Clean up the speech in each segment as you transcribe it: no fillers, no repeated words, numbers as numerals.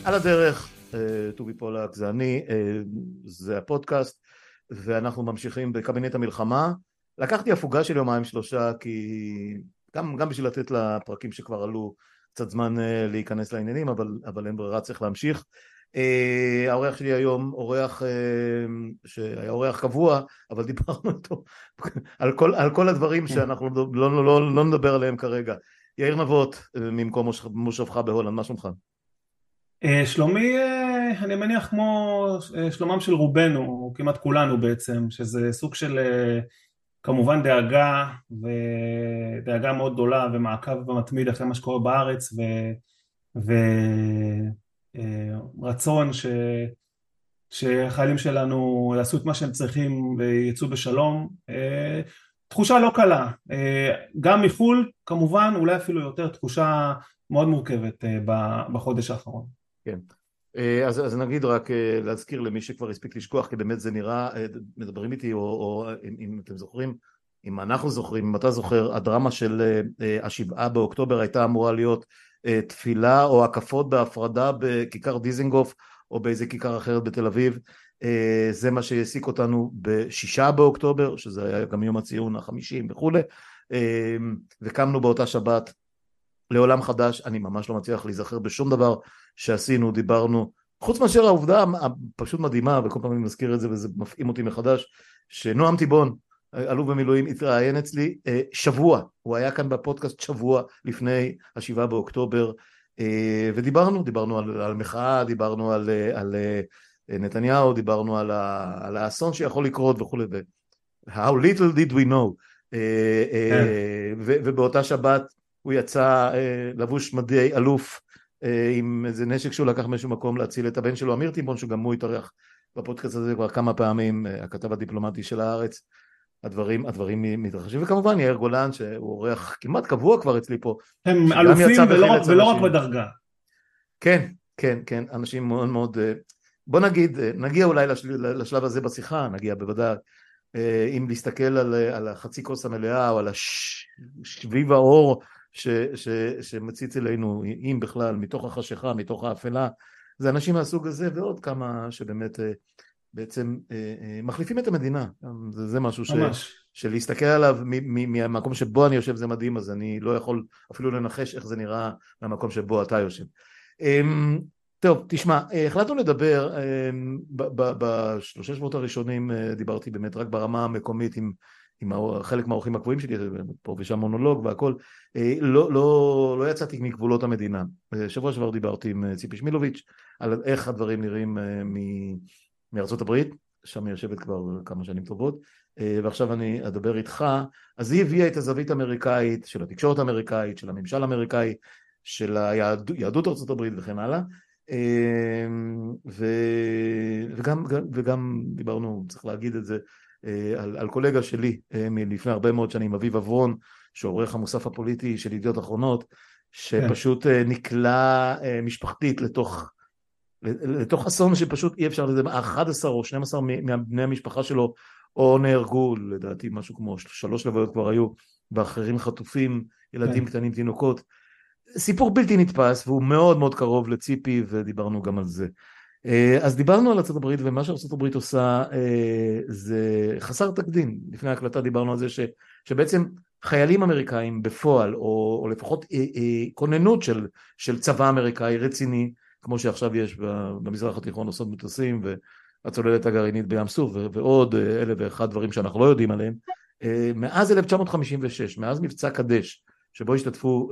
על הדרך, טובי פולק, זה אני, זה הפודקאסט, ואנחנו ממשיכים בקבינט המלחמה. לקחתי הפוגה של יומיים שלושה, כי גם בשביל לתת לפרקים שכבר עלו קצת זמן להיכנס לעניינים, אבל אין ברירה, צריך להמשיך. האורח שלי היום, אורח שהיה אורח קבוע, אבל דיברנו איתו על כל הדברים שאנחנו לא נדבר עליהם כרגע. יאיר נבות, ממקום מושבך בהולנד, מה שלומך? שלומי, אני מניח כמו שלומם של רובנו, כמעט כולנו בעצם, שזה סוג של כמובן דאגה, ודאגה מאוד גדולה ומעקב מתמיד אחרי מה שקורה בארץ, ורצון שחיילים שלנו יעשו את מה שהם צריכים ויצאו בשלום. תחושה לא קלה, גם מחול כמובן, אולי אפילו יותר, תחושה מאוד מורכבת בחודש האחרון. כן. אז נגיד רק להזכיר למי שכבר הספיק לשכוח, כי באמת זה נראה, מדברים איתי, או אם אתם זוכרים, אם אנחנו זוכרים, אם אתה זוכר, הדרמה של השבעה באוקטובר הייתה אמורה להיות תפילה או הקפות בהפרדה בכיכר דיזנגוף, או באיזה כיכר אחרת בתל אביב. זה מה שהעסיק אותנו בשישה באוקטובר, שזה היה גם יום הציון ה50 וכו'. וקמנו באותה שבת לעולם חדש. אני ממש לא מצליח להיזכר בשום דבר שעשינו, דיברנו, חוץ מאשר העובדה פשוט מדהימה, וכל פעם אני מזכיר את זה וזה מפעים אותי מחדש, שנועם תיבון, אלוף במילואים, התראיין אצלי שבוע, הוא היה כאן בפודקאסט שבוע לפני השבעה באוקטובר, ודיברנו על מחאה, דיברנו על נתניהו, דיברנו על האסון שיכול לקרות וכו', how little did we know, ובאותה שבת הוא יצא לבוש מדי אלוף, עם איזה נשק שהוא לקח משהו מקום להציל את הבן שלו, אמיר תיבון, שגם הוא התארח בפודקאסט הזה כבר כמה פעמים, הכתב הדיפלומטי של הארץ. הדברים מתרחשים, וכמובן יאיר גולן שהוא אורח כמעט קבוע כבר אצלי פה, הם שגם אלופים יצא בחילץ ולא רק אנשים. בדרגה. כן, כן, כן, אנשים מאוד מאוד, בוא נגיד, נגיע אולי לשלב הזה בשיחה, נגיע בוודאי, אם להסתכל על החצי כוס המלאה, או על שביב האור שמציץ אלינו, אם בכלל, מתוך החשיכה, מתוך האפלה, זה אנשים מהסוג הזה, ועוד כמה שבאמת בעצם מחליפים את המדינה. זה משהו ממש. שלהסתכל עליו מהמקום שבו אני יושב זה מדהים, אז אני לא יכול אפילו לנחש איך זה נראה מהמקום שבו אתה יושב. טוב, תשמע, החלטנו לדבר, בשלושה שבועות הראשונים דיברתי באמת רק ברמה המקומית עם חלק מהאורחים הקבועים שלי, פה ושם מונולוג והכל, לא יצאתי מגבולות המדינה. שבוע שעבר דיברתי עם ציפי שמילוביץ' על איך הדברים נראים מארצות הברית, שם היא יושבת כבר כמה שנים טובות, ועכשיו אני אדבר איתך. אז היא הביאה את הזווית האמריקאית, של התקשורת האמריקאית, של הממשל האמריקאי, של יהדות ארצות הברית וכן הלאה, וגם דיברנו, צריך להגיד את זה, על קולגה שלי מלפני הרבה מאוד שנים, אביב אברון, שעורך המוסף הפוליטי של ידיעות אחרונות, שפשוט נקלע משפחתית לתוך אסון שפשוט אי אפשר לזה, 11 או 12 מבני המשפחה שלו או נהרגו, לדעתי משהו כמו 3 לוויות כבר היו, ואחרים חטופים, ילדים קטנים, תינוקות. סיפור בלתי נתפס, והוא מאוד מאוד קרוב לציפי, ודיברנו גם על זה. אז דיברנו על ארצות הברית, ומה שארצות הברית עושה זה חסר תקדים. לפני ההקלטה דיברנו על זה שבעצם חיילים אמריקאים בפועל, או לפחות כוננות של צבא אמריקאי רציני, כמו שעכשיו יש במזרח התיכון, עושות מטוסים, והצוללת הגרעינית בים סוף, ועוד 1,001 דברים שאנחנו לא יודעים עליהם, מאז 1956, מאז מבצע קדש, שבו השתתפו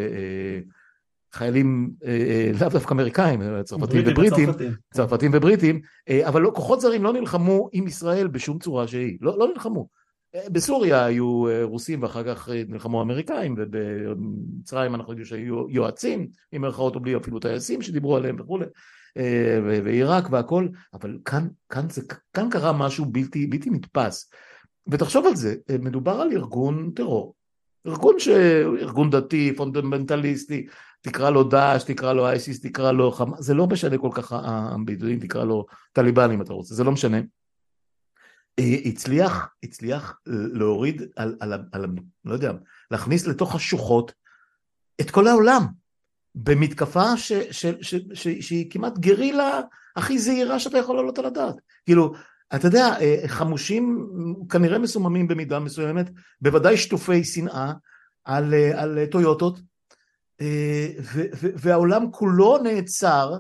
חיילים לאו דווקא אמריקאים, צרפתים ובריטים, אבל כוחות זרים לא נלחמו עם ישראל בשום צורה שהיא, לא נלחמו. בסוריה היו רוסים ואחר כך נלחמו אמריקאים, ובמצרים אנחנו יודעים שהיו יועצים, עם מרכאות או בלי אפילו טייסים שדיברו עליהם וכו', ועיראק והכל, אבל כאן קרה משהו בלתי נתפס. ותחשוב על זה, מדובר על ארגון טרור, ארגון דתי, פונדמנטליסטי, תקרא לו דאעש, תקרא לו אייסיס, תקרא לו חמאס, זה לא משנה כל כך הבידודים, תקרא לו טליבן אם אתה רוצה, זה לא משנה. הצליח להוריד לא יודע, להכניס לתוך השוחות את כל העולם, במתקפה שהיא כמעט גרילה הכי זהירה שאתה יכול לעלות על הדעת. כאילו, אתה יודע, חמושים כנראה מסוממים במידה מסוימת, בוודאי שטופי שנאה על טויוטות, והעולם כולו נעצר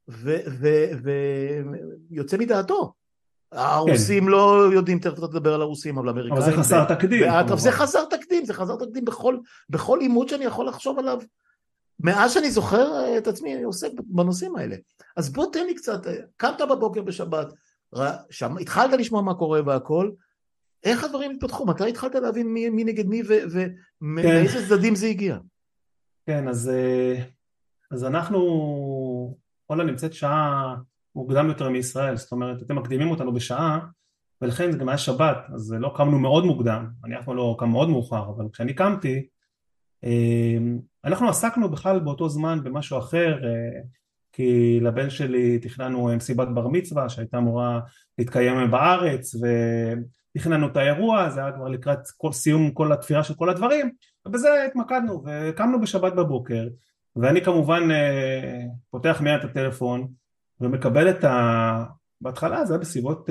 ויוצא מדעתו. כן, הרוסים לא יודעים, תכף תדבר על הרוסים, אבל אבל זה האמריקאים, חסר תקדים זה כמובן. חזר תקדים, זה חזר תקדים בכל עימות שאני יכול לחשוב עליו, מאז שאני זוכר את עצמי, אני עוסק בנושאים האלה. אז בוא תן לי קצת, קמת בבוקר בשבת, התחלת לשמוע מה קורה והכל, איך הדברים התפתחו, מתי התחלת להבין מי נגד מי כן, ומאיזה צדדים זה הגיע? כן, אז אנחנו, הולנד נמצאת שעה מוקדם יותר מישראל, זאת אומרת, אתם מקדימים אותנו בשעה, ולכן זה גם היה שבת, אז לא קמנו מאוד מוקדם, אני אף פעם לא קם מאוד מאוחר, אבל כשאני קמתי, אנחנו עסקנו בכלל באותו זמן במשהו אחר, כי לבן שלי תכננו מסיבת בר מצווה שהייתה אמורה להתקיים בארץ, ותכננו את האירוע, זה היה כבר לקראת סיום כל התפירה של כל הדברים, ובזה התמקדנו וקמנו בשבת בבוקר, ואני כמובן פותח מיד את הטלפון ומקבל בהתחלה זה היה בסביבות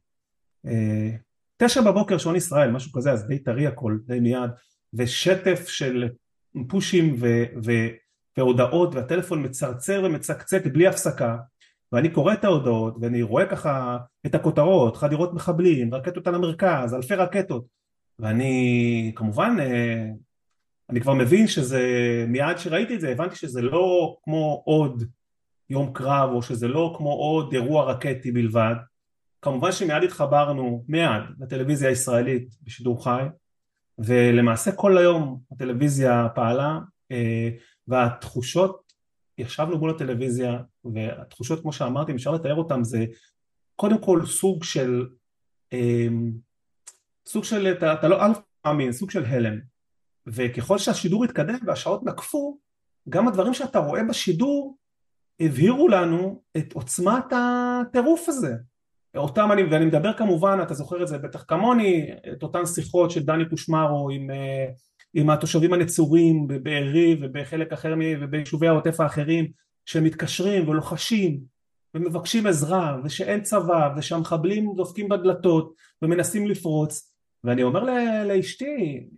9 בבוקר שעון ישראל, משהו כזה, אז די טרי הכל, די מיד, ושטף של פושים והודעות, והטלפון מצרצר ומצקצק בלי הפסקה, ואני קורא את ההודעות ואני רואה ככה את הכותרות, חדירות מחבלים, רקטות על המרכז, אלפי רקטות, ואני כמובן אני כבר מבין שזה, מיד שראיתי את זה הבנתי שזה לא כמו עוד יום קרב, או שזה לא כמו עוד אירוע רקטי בלבד. כמובן שמיד התחברנו מיד לטלוויזיה הישראלית בשידור חי, ולמעשה כל היום הטלוויזיה פעלה, והתחושות, ישבנו מול הטלוויזיה, והתחושות כמו שאמרתי, אפשר לתאר אותם, זה קודם כל סוג של, אתה לא אלף מאמין, סוג של הלם, וככל שהשידור התקדם והשעות נקפו, גם הדברים שאתה רואה בשידור, הבהירו לנו את עוצמת הטירוף הזה. ואני מדבר כמובן, אתה זוכר את זה בטח כמוני, את אותן שיחות של דני קושמרו עם התושבים הנצורים בבארי ובחלק אחר וביישובי העוטף האחרים, שמתקשרים ולוחשים ומבקשים עזרה, ושאין צבא, ושהמחבלים דופקים בדלתות ומנסים לפרוץ, ואני אומר לאשתי,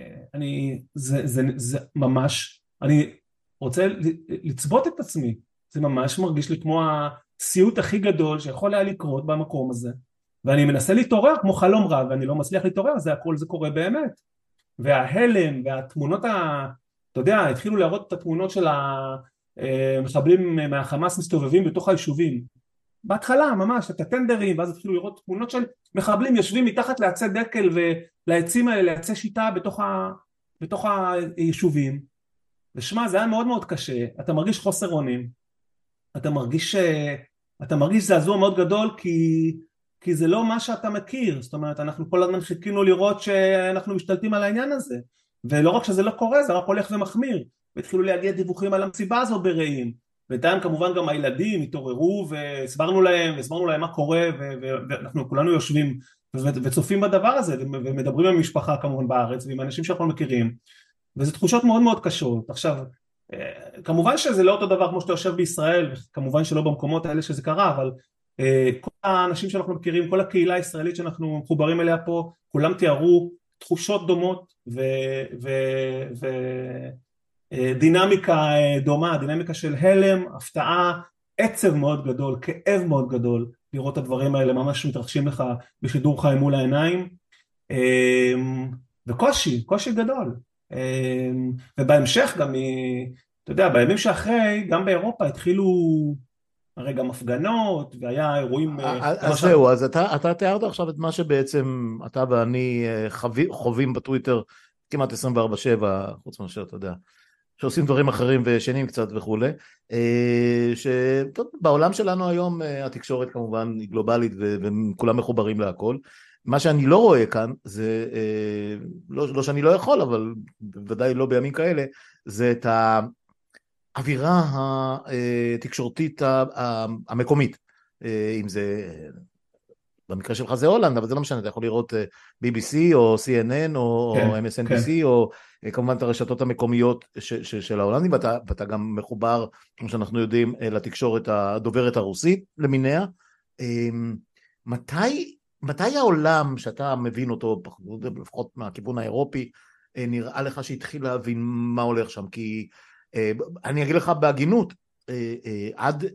זה ממש, אני רוצה לצבות את עצמי, זה ממש מרגיש לי כמו הסיוט הכי גדול שיכול היה לקרות במקום הזה, ואני מנסה להתעורר כמו חלום רע, ואני לא מצליח להתעורר, זה הכל זה קורה באמת, וההלם והתמונות, אתה יודע, התחילו להראות את התמונות של המחבלים מהחמאס מסתובבים בתוך היישובים, בהתחלה ממש, את הטנדרים, ואז התחילו לראות תמונות של מחבלים יושבים מתחת לעצי דקל ולעצים האלה, לעצי שיטה בתוך היישובים, ושמע, זה היה מאוד מאוד קשה, אתה מרגיש חוסר אונים, אתה מרגיש זעזוע מאוד גדול, כי זה לא מה שאתה מכיר, זאת אומרת, אנחנו כל הזמן חיכינו לראות שאנחנו משתלטים על העניין הזה, ולא רק שזה לא קורה, זה רק הולך ומחמיר, והתחילו להגיע דיווחים על המסיבה הזו ברעים, בינתיים כמובן גם הילדים התעוררו, והסברנו להם מה קורה, ואנחנו כולנו יושבים וצופים בדבר הזה, ומדברים עם המשפחה כמובן בארץ, ועם אנשים שאנחנו מכירים, וזה תחושות מאוד מאוד קשות. עכשיו, כמובן שזה לא אותו דבר כמו שאתה יושב בישראל, וכמובן שלא במקומות האלה שזה קרה, אבל כל האנשים שאנחנו מכירים, כל הקהילה הישראלית שאנחנו מחוברים אליה פה, כולם תיארו תחושות דומות ודינמיקה דומה, דינמיקה של הלם, הפתעה, עצב מאוד גדול, כאב מאוד גדול, לראות את הדברים האלה ממש מתרחשים לך בשידור חי מול העיניים, קושי גדול. ובהמשך גם, אתה יודע, בימים שאחרי, גם באירופה התחילו הרי גם הפגנות, והיה אירועים... אז זהו, אז אתה תיארת עכשיו את מה שבעצם אתה ואני חווים בטוויטר כמעט 24/7, חוץ מאשר, אתה יודע, שעושים דברים אחרים ושנים קצת וכולי, שבעולם שלנו היום התקשורת כמובן היא גלובלית וכולם מחוברים להכל. מה שאני לא רואה כאן, זה, לא שאני לא יכול, אבל בוודאי לא בימים כאלה, זה את האווירה התקשורתית המקומית, אם זה במקרה שלך זה הולנד, אבל זה לא משנה, אתה יכול לראות BBC או CNN או כן, כן. MSNBC או כמובן את הרשתות המקומיות של ההולנדים, ואתה גם מחובר, כמו שאנחנו יודעים, לתקשורת הדוברת הרוסית למיניה. מתי העולם, שאתה מבין אותו, לפחות מהכיוון האירופי, נראה לך שהתחיל להבין מה הולך שם? כי אני אגיד לך בהגינות, עד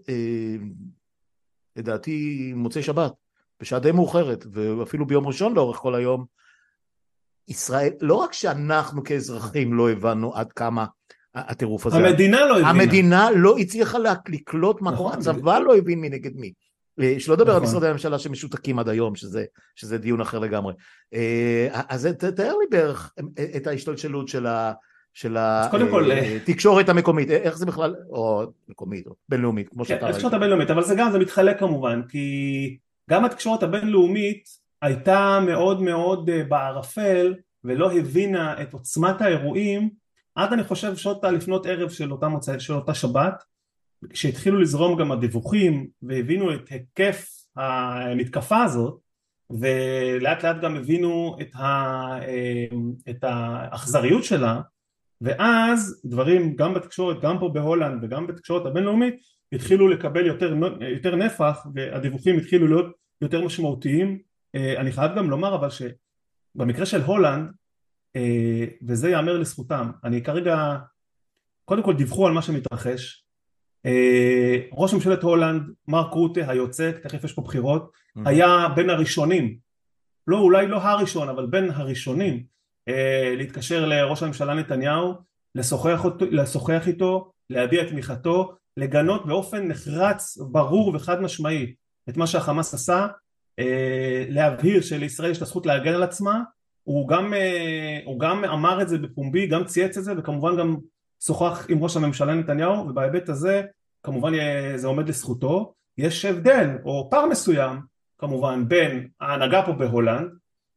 לדעתי מוצאי שבת, בשעה די מאוחרת, ואפילו ביום ראשון לאורך כל היום, ישראל, לא רק שאנחנו כאזרחים לא הבנו עד כמה הטירוף הזה, המדינה לא הבינה. המדינה לא הצליחה לקלוט מה קורה, הצבא לא הבין מי נגד מי. שלא לדבר על משרדי הממשלה שמשותקים עד היום, שזה דיון אחר לגמרי. אז תאר לי בערך את ההשתלשלות של התקשורת המקומית, איך זה בכלל, או מקומית, או בינלאומית, כמו שאתה ראית. התקשורת הבינלאומית, אבל זה מתחלק כמובן, כי גם התקשורת הבינלאומית הייתה מאוד מאוד בערפל, ולא הבינה את עוצמת האירועים, עד אני חושב שעות לפנות ערב של אותה שבת, כשהתחילו לזרום גם הדיווחים, והבינו את היקף המתקפה הזאת, ולאט לאט גם הבינו את האכזריות שלה, ואז דברים גם בתקשורת, גם פה בהולנד וגם בתקשורת הבינלאומית, התחילו לקבל יותר נפח, והדיווחים התחילו להיות יותר משמעותיים. אני חייב גם לומר אבל שבמקרה של הולנד, וזה יאמר לזכותם, אני כרגע, קודם כל דיווחו על מה שמתרחש, ראש ממשלת הולנד, מרק רוטה היוצא, תכף יש פה בחירות, היה בין הראשונים, אולי לא הראשון, אבל בין הראשונים, להתקשר לראש הממשלה נתניהו, לשוחח איתו, להביע את תמיכתו, לגנות באופן נחרץ, ברור וחד משמעי את מה שהחמאס עשה, להבהיר שלישראל יש הזכות להגן על עצמה. הוא גם אמר את זה בפומבי, גם צייץ את זה, וכמובן גם שוחח עם ראש הממשלה נתניהו, ובהיבט הזה כמובן זה עומד לזכותו. יש הבדל או פער מסוים כמובן בין ההנהגה פה בהולנד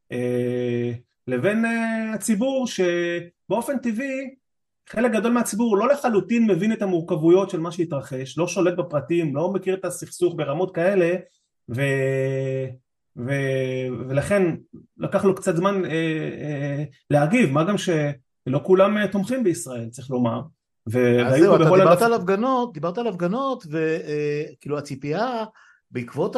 לבין הציבור, שבאופן טבעי חלק גדול מהציבור לא לחלוטין מבין את המורכבויות של מה שהתרחש, לא שולט בפרטים, לא מכיר את הסכסוך ברמות כאלה, ולכן לקח לו קצת זמן להגיב, מה גם שלא כולם תומכים בישראל, צריך לומר. אז זהו, אתה דיברת על הפגנות, וכאילו הציפייה בעקבות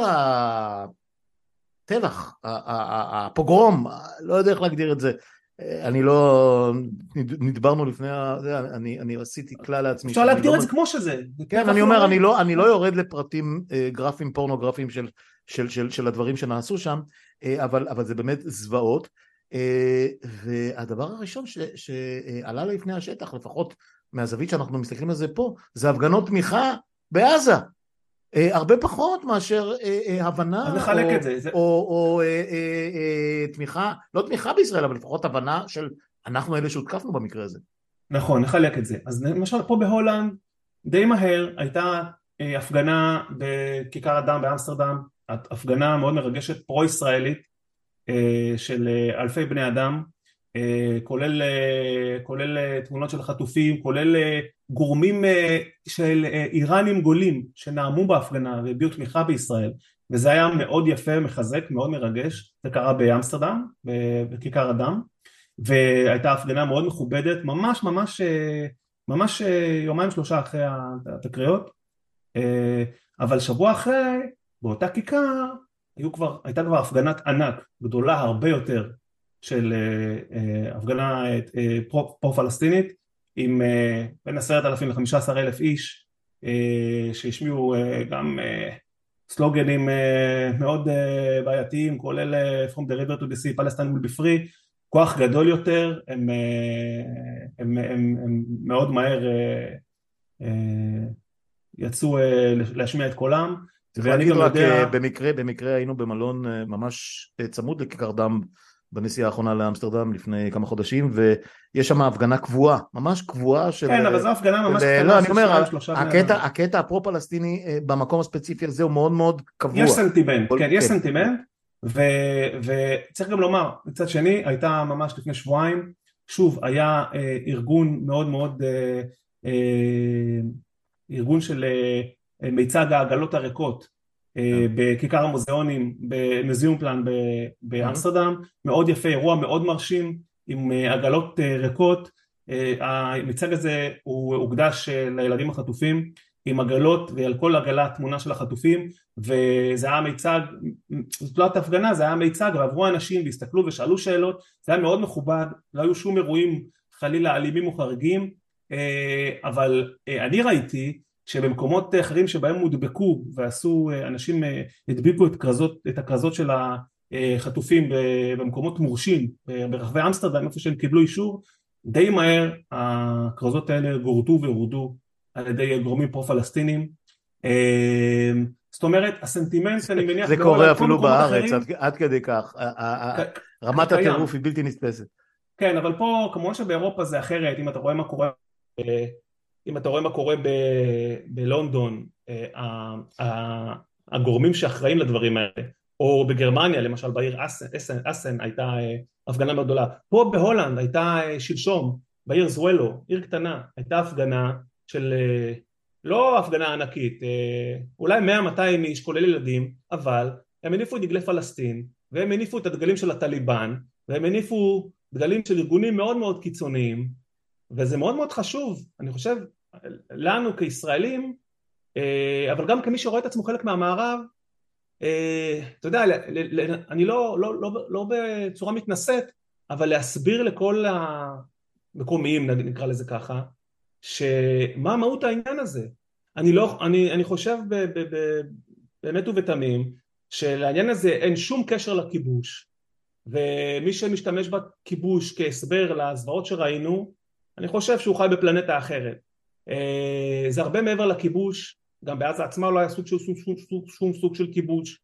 הטבח, הפוגרום, לא יודע איך להגדיר את זה, אני לא, נדברנו לפני, אני עשיתי כלל לעצמי. אפשר להגדיר את זה כמו שזה. כן, אני אומר, אני לא יורד לפרטים גרפיים, פורנוגרפיים של הדברים שנעשו שם, אבל זה באמת זוועות, והדבר הראשון שעלה לפני השטח, לפחות מהזווית שאנחנו מסתכלים על זה פה, זה הפגנות תמיכה בעזה, הרבה פחות מאשר הבנה או תמיכה, לא תמיכה בישראל, אבל לפחות הבנה של אנחנו אלה שהותקפנו במקרה הזה. נכון, נחלק את זה. אז למשל פה בהולנד די מהר הייתה הפגנה בכיכר הדם באמסטרדם, הפגנה מאוד מרגשת פרו-ישראלית של אלפי בני אדם, כולל תמונות של חטופים, כולל גורמים של איראנים גולים שנעמו בהפגנה והביעו תמיכה בישראל, וזה היה מאוד יפה, מחזק, מאוד מרגש. זה קרה באמסטרדם, בכיכר הדם, והייתה הפגנה מאוד מכובדת, ממש יומיים שלושה אחרי התקריות, אבל שבוע אחרי, באותה כיכר, הייתה כבר הפגנת ענק, גדולה הרבה יותר, של הפגנה פרו-פלסטינית, עם בין 10,000 ל-15,000 איש, שהשמיעו גם סלוגנים מאוד בעייתיים, כולל From the river to the sea, Palestine will be free, כוח גדול יותר, הם מאוד מהר יצאו להשמיע את קולם. צריך להגיד רק, במקרה היינו במלון ממש צמוד לכיכר דם, בנסיעה האחרונה לאמסטרדם לפני כמה חודשים, ויש שם הפגנה קבועה, ממש קבועה של... כן, אבל זו הפגנה ממש קטנה. לא, אני אומר, הקטע הפרו-פלסטיני במקום הספציפי הזה הוא מאוד מאוד קבוע. יש סנטימנט, כן, יש סנטימנט, וצריך גם לומר, מצד שני, הייתה ממש לפני שבועיים, שוב, היה ארגון מאוד מאוד, ארגון של מיצג העגלות הריקות, בכיכר המוזיאונים במוזיאום פלן באמסטרדם, מאוד יפה, אירוע מאוד מרשים עם עגלות ריקות. המצג הזה הוא הוקדש לילדים החטופים עם עגלות, ועל כל עגלה תמונה של החטופים, וזה היה מיצג, זאת לא הייתה הפגנה, זה היה מיצג, ועברו אנשים והסתכלו ושאלו שאלות, זה היה מאוד מכובד, לא היו שום אירועים חלילה אלימים או חריגים, אבל אני ראיתי שבמקומות אחרים שבהם הודבקו ועשו, אנשים הדביקו את הכרזות של החטופים במקומות מורשים ברחבי אמסטרדם, איפה שהם קיבלו אישור, די מהר הכרזות האלה גורדו והורדו על ידי גורמים פרו-פלסטינים. זאת אומרת, הסנטימנט, אני מניח, זה קורה אפילו בארץ, עד כדי כך, רמת הטירוף היא בלתי נתפסת. כן, אבל פה, כמובן שבאירופה זה אחרת, אם אתה רואה מה קורה בלונדון, הגורמים שאחראים לדברים האלה, או בגרמניה, למשל בעיר אסן הייתה הפגנה מאוד גדולה, פה בהולנד הייתה שלשום, בעיר זוולו, עיר קטנה, הייתה הפגנה של, לא הפגנה ענקית, אולי 100-200 איש כולל ילדים, אבל הם הניפו את דגלי פלסטין, והם הניפו את הדגלים של הטליבן, והם הניפו דגלים של ארגונים מאוד מאוד קיצוניים, וזה מאוד מאוד חשוב, אני חושב, לנו כישראלים, אבל גם כמי שרואה את עצמו חלק מהמערב, אתה יודע, אני לא בצורה מתנשאת, אבל להסביר לכל המקומיים, נקרא לזה ככה, שמה מהות העניין הזה. אני חושב באמת ובתמים, שלעניין הזה אין שום קשר לכיבוש, ומי שמשתמש בכיבוש כהסבר לזוועות שראינו, אני חושב שהוא חי בפלנטה אחרת. זה הרבה מעבר לכיבוש, גם בעזה עצמה לא היה שום סוג של כיבוש,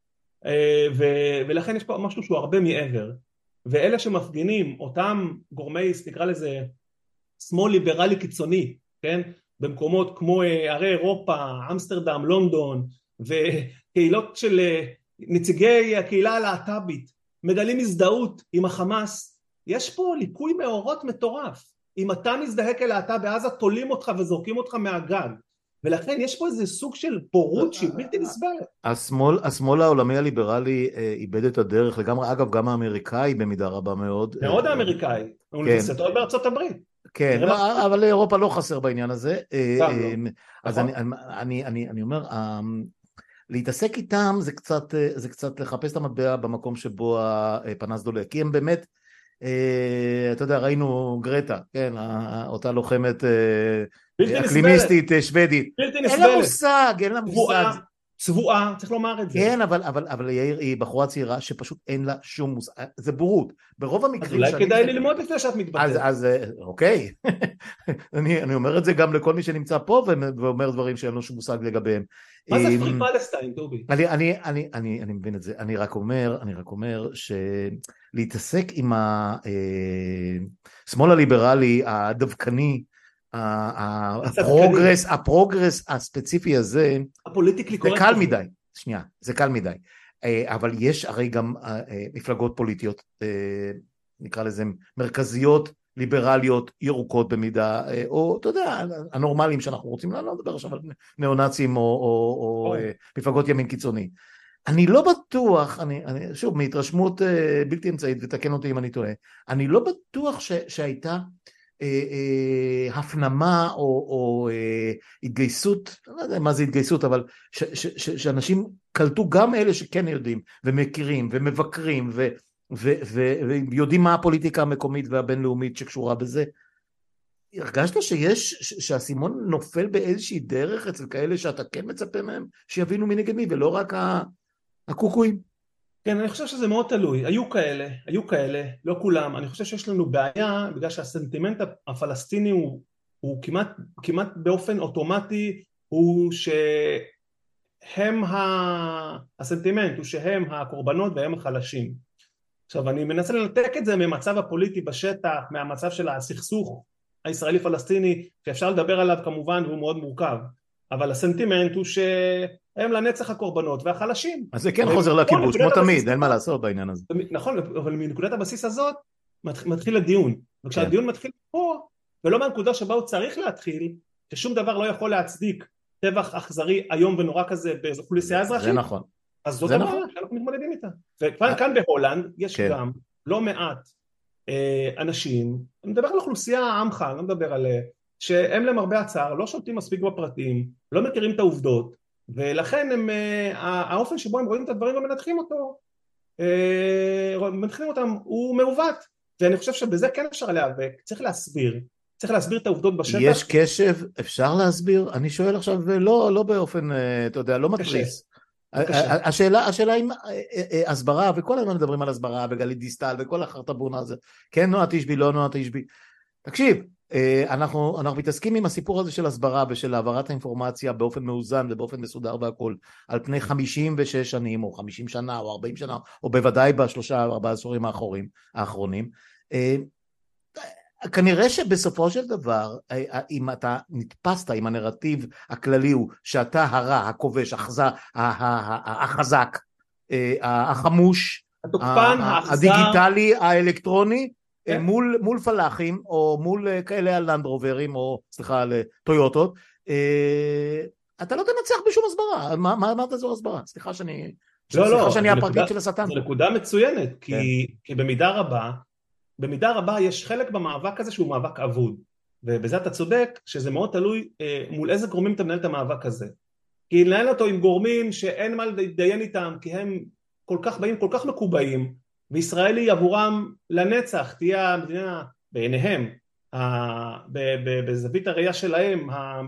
ולכן יש פה משהו שהוא הרבה מעבר. ואלה שמפגינים, אותם גורמי, נקרא לזה, שמאל ליברלי קיצוני, כן? במקומות כמו ערי אירופה, אמסטרדם, לונדון, וקהילות של נציגי הקהילה הלהט"בית, מגלים הזדהות עם החמאס, יש פה ליקוי מאורות מטורף. אם אתה מזדהה כלהט"ב בעזה, תולים אותך וזורקים אותך מהגג. ולכן יש פה איזה סוג של בורות שהיא בלתי נסבלת. השמאל העולמי הליברלי איבד את הדרך לגמרי, אגב גם האמריקאי במידה רבה מאוד. מאוד האמריקאי, אוניברסיטאות בארצות הברית. כן, אבל אירופה לא חסר בעניין הזה. אז אני אומר, להתעסק איתם זה קצת לחפש את המטבע במקום שבו הפנס דולק, כי הם באמת, אתה יודע, ראינו גרטה, כן, אותה לוחמת אקלימיסטית שוודית, אין לה מושג, צבועה, צריך לומר את זה. כן, אבל היא בחורה צעירה שפשוט אין לה שום מושג, זה בורות, ברוב המקרים. אז אולי כדאי ללמוד לפני שאת מתבטאת. אז אוקיי, אני אומר את זה גם לכל מי שנמצא פה ואומר דברים שאין לו שום מושג לגביהם. מה זה פרי פלסטיין, טובי? אני מבין את זה, אני רק אומר שלהתעסק עם השמאל הליברלי הדווקני, הפרוגרס הספציפי הזה, זה קל מדי, שנייה, זה קל מדי, אבל יש הרי גם מפלגות פוליטיות, נקרא לזה מרכזיות, ליברליות, ירוקות במידה, או אתה יודע, הנורמליים שאנחנו רוצים, לא לדבר עכשיו על ניאו-נאצים או מפלגות ימין קיצוני. אני לא בטוח, שוב, מהתרשמות בלתי אמצעית, ותקן אותי אם אני טועה, אני לא בטוח שהייתה הפנמה או התגייסות, לא יודע מה זה התגייסות, אבל שאנשים קלטו גם אלה שכן יודעים ומכירים ומבקרים ויודעים מה הפוליטיקה המקומית והבינלאומית שקשורה בזה. הרגשת שהסימון נופל באיזושהי דרך אצל כאלה שאתה כן מצפה מהם שיבינו מי נגד מי ולא רק הקוקויים? כן, אני חושב שזה מאוד תלוי, היו כאלה, לא כולם. אני חושב שיש לנו בעיה בגלל שהסנטימנט הפלסטיני הוא כמעט באופן אוטומטי, הוא שהם הסנטימנט הוא שהם הקורבנות והם החלשים. עכשיו אני מנסה לנתק את זה מהמצב הפוליטי בשטח, מהמצב של הסכסוך הישראלי פלסטיני, שאפשר לדבר עליו כמובן והוא מאוד מורכב, אבל הסנטימנט הוא שהם לנצח הקורבנות והחלשים. אז זה כן חוזר לקיבוץ, כמו תמיד, אין מה לעשות בעניין הזה. נכון, אבל מנקודת הבסיס הזאת מתחיל הדיון, וכשהדיון מתחיל פה, ולא מהנקודה שבה הוא צריך להתחיל, ששום דבר לא יכול להצדיק טבח אכזרי היום ונורא כזה באוכלוסייה אזרחית. זה נכון. אז זאת זה הבעיה נכון. שאנחנו מתמודדים איתה. וכאן בהולנד יש כן. גם לא מעט אנשים, אני מדבר על אוכלוסייה עמך, אני לא מדבר על... שהם למרבה הצער לא שולטים מספיק בפרטים, לא מכירים את העובדות, ולכן הם, האופן שבו הם רואים את הדברים ומנתחים אותו, מנתחים אותם, הוא מעוות, ואני חושב שבזה כן אפשר להיאבק, צריך להסביר את העובדות בשטח. יש קשב, אפשר להסביר? אני שואל עכשיו, לא באופן, אתה יודע, לא קשה, מתריס. זה קשה. השאלה אם הסברה, וכל הזמן מדברים על הסברה, וגלית דיסטל, וכל החרטבונה הזה, כן נועה תשבי, לא נועה תשבי. תקשיב, אנחנו מתעסקים עם הסיפור הזה של הסברה ושל העברת האינפורמציה באופן מאוזן ובאופן מסודר והכל, על פני 56 שנים או 50 שנה או 40 שנה, או בוודאי בשלושה 4 עשורים האחרונים. כנראה שבסופו של דבר, אם אתה נתפסת עם הנרטיב הכללי הוא שאתה הרע, הכובש, החזק, החמוש, התוקפן, האכזר, הדיגיטלי, האלקטרוני, כן? מול פלאחים או מול כאלה על לנדרוברים או סליחה על טויוטות, אתה לא תנצח בשום הסברה. מה אמרת זו הסברה? סליחה שאני הפרקליט של השטן. זו נקודה מצוינת, כן. כי במידה רבה יש חלק במאבק הזה שהוא מאבק אבוד, ובזה אתה צודק שזה מאוד תלוי מול איזה גורמים אתה מנהל את המאבק הזה, כי לנהל אותו עם גורמים שאין מה להתדיין איתם, כי הם כל כך מקובעים, וישראל היא עבורם לנצח, תהיה המדינה בעיניהם, בזווית הראייה שלהם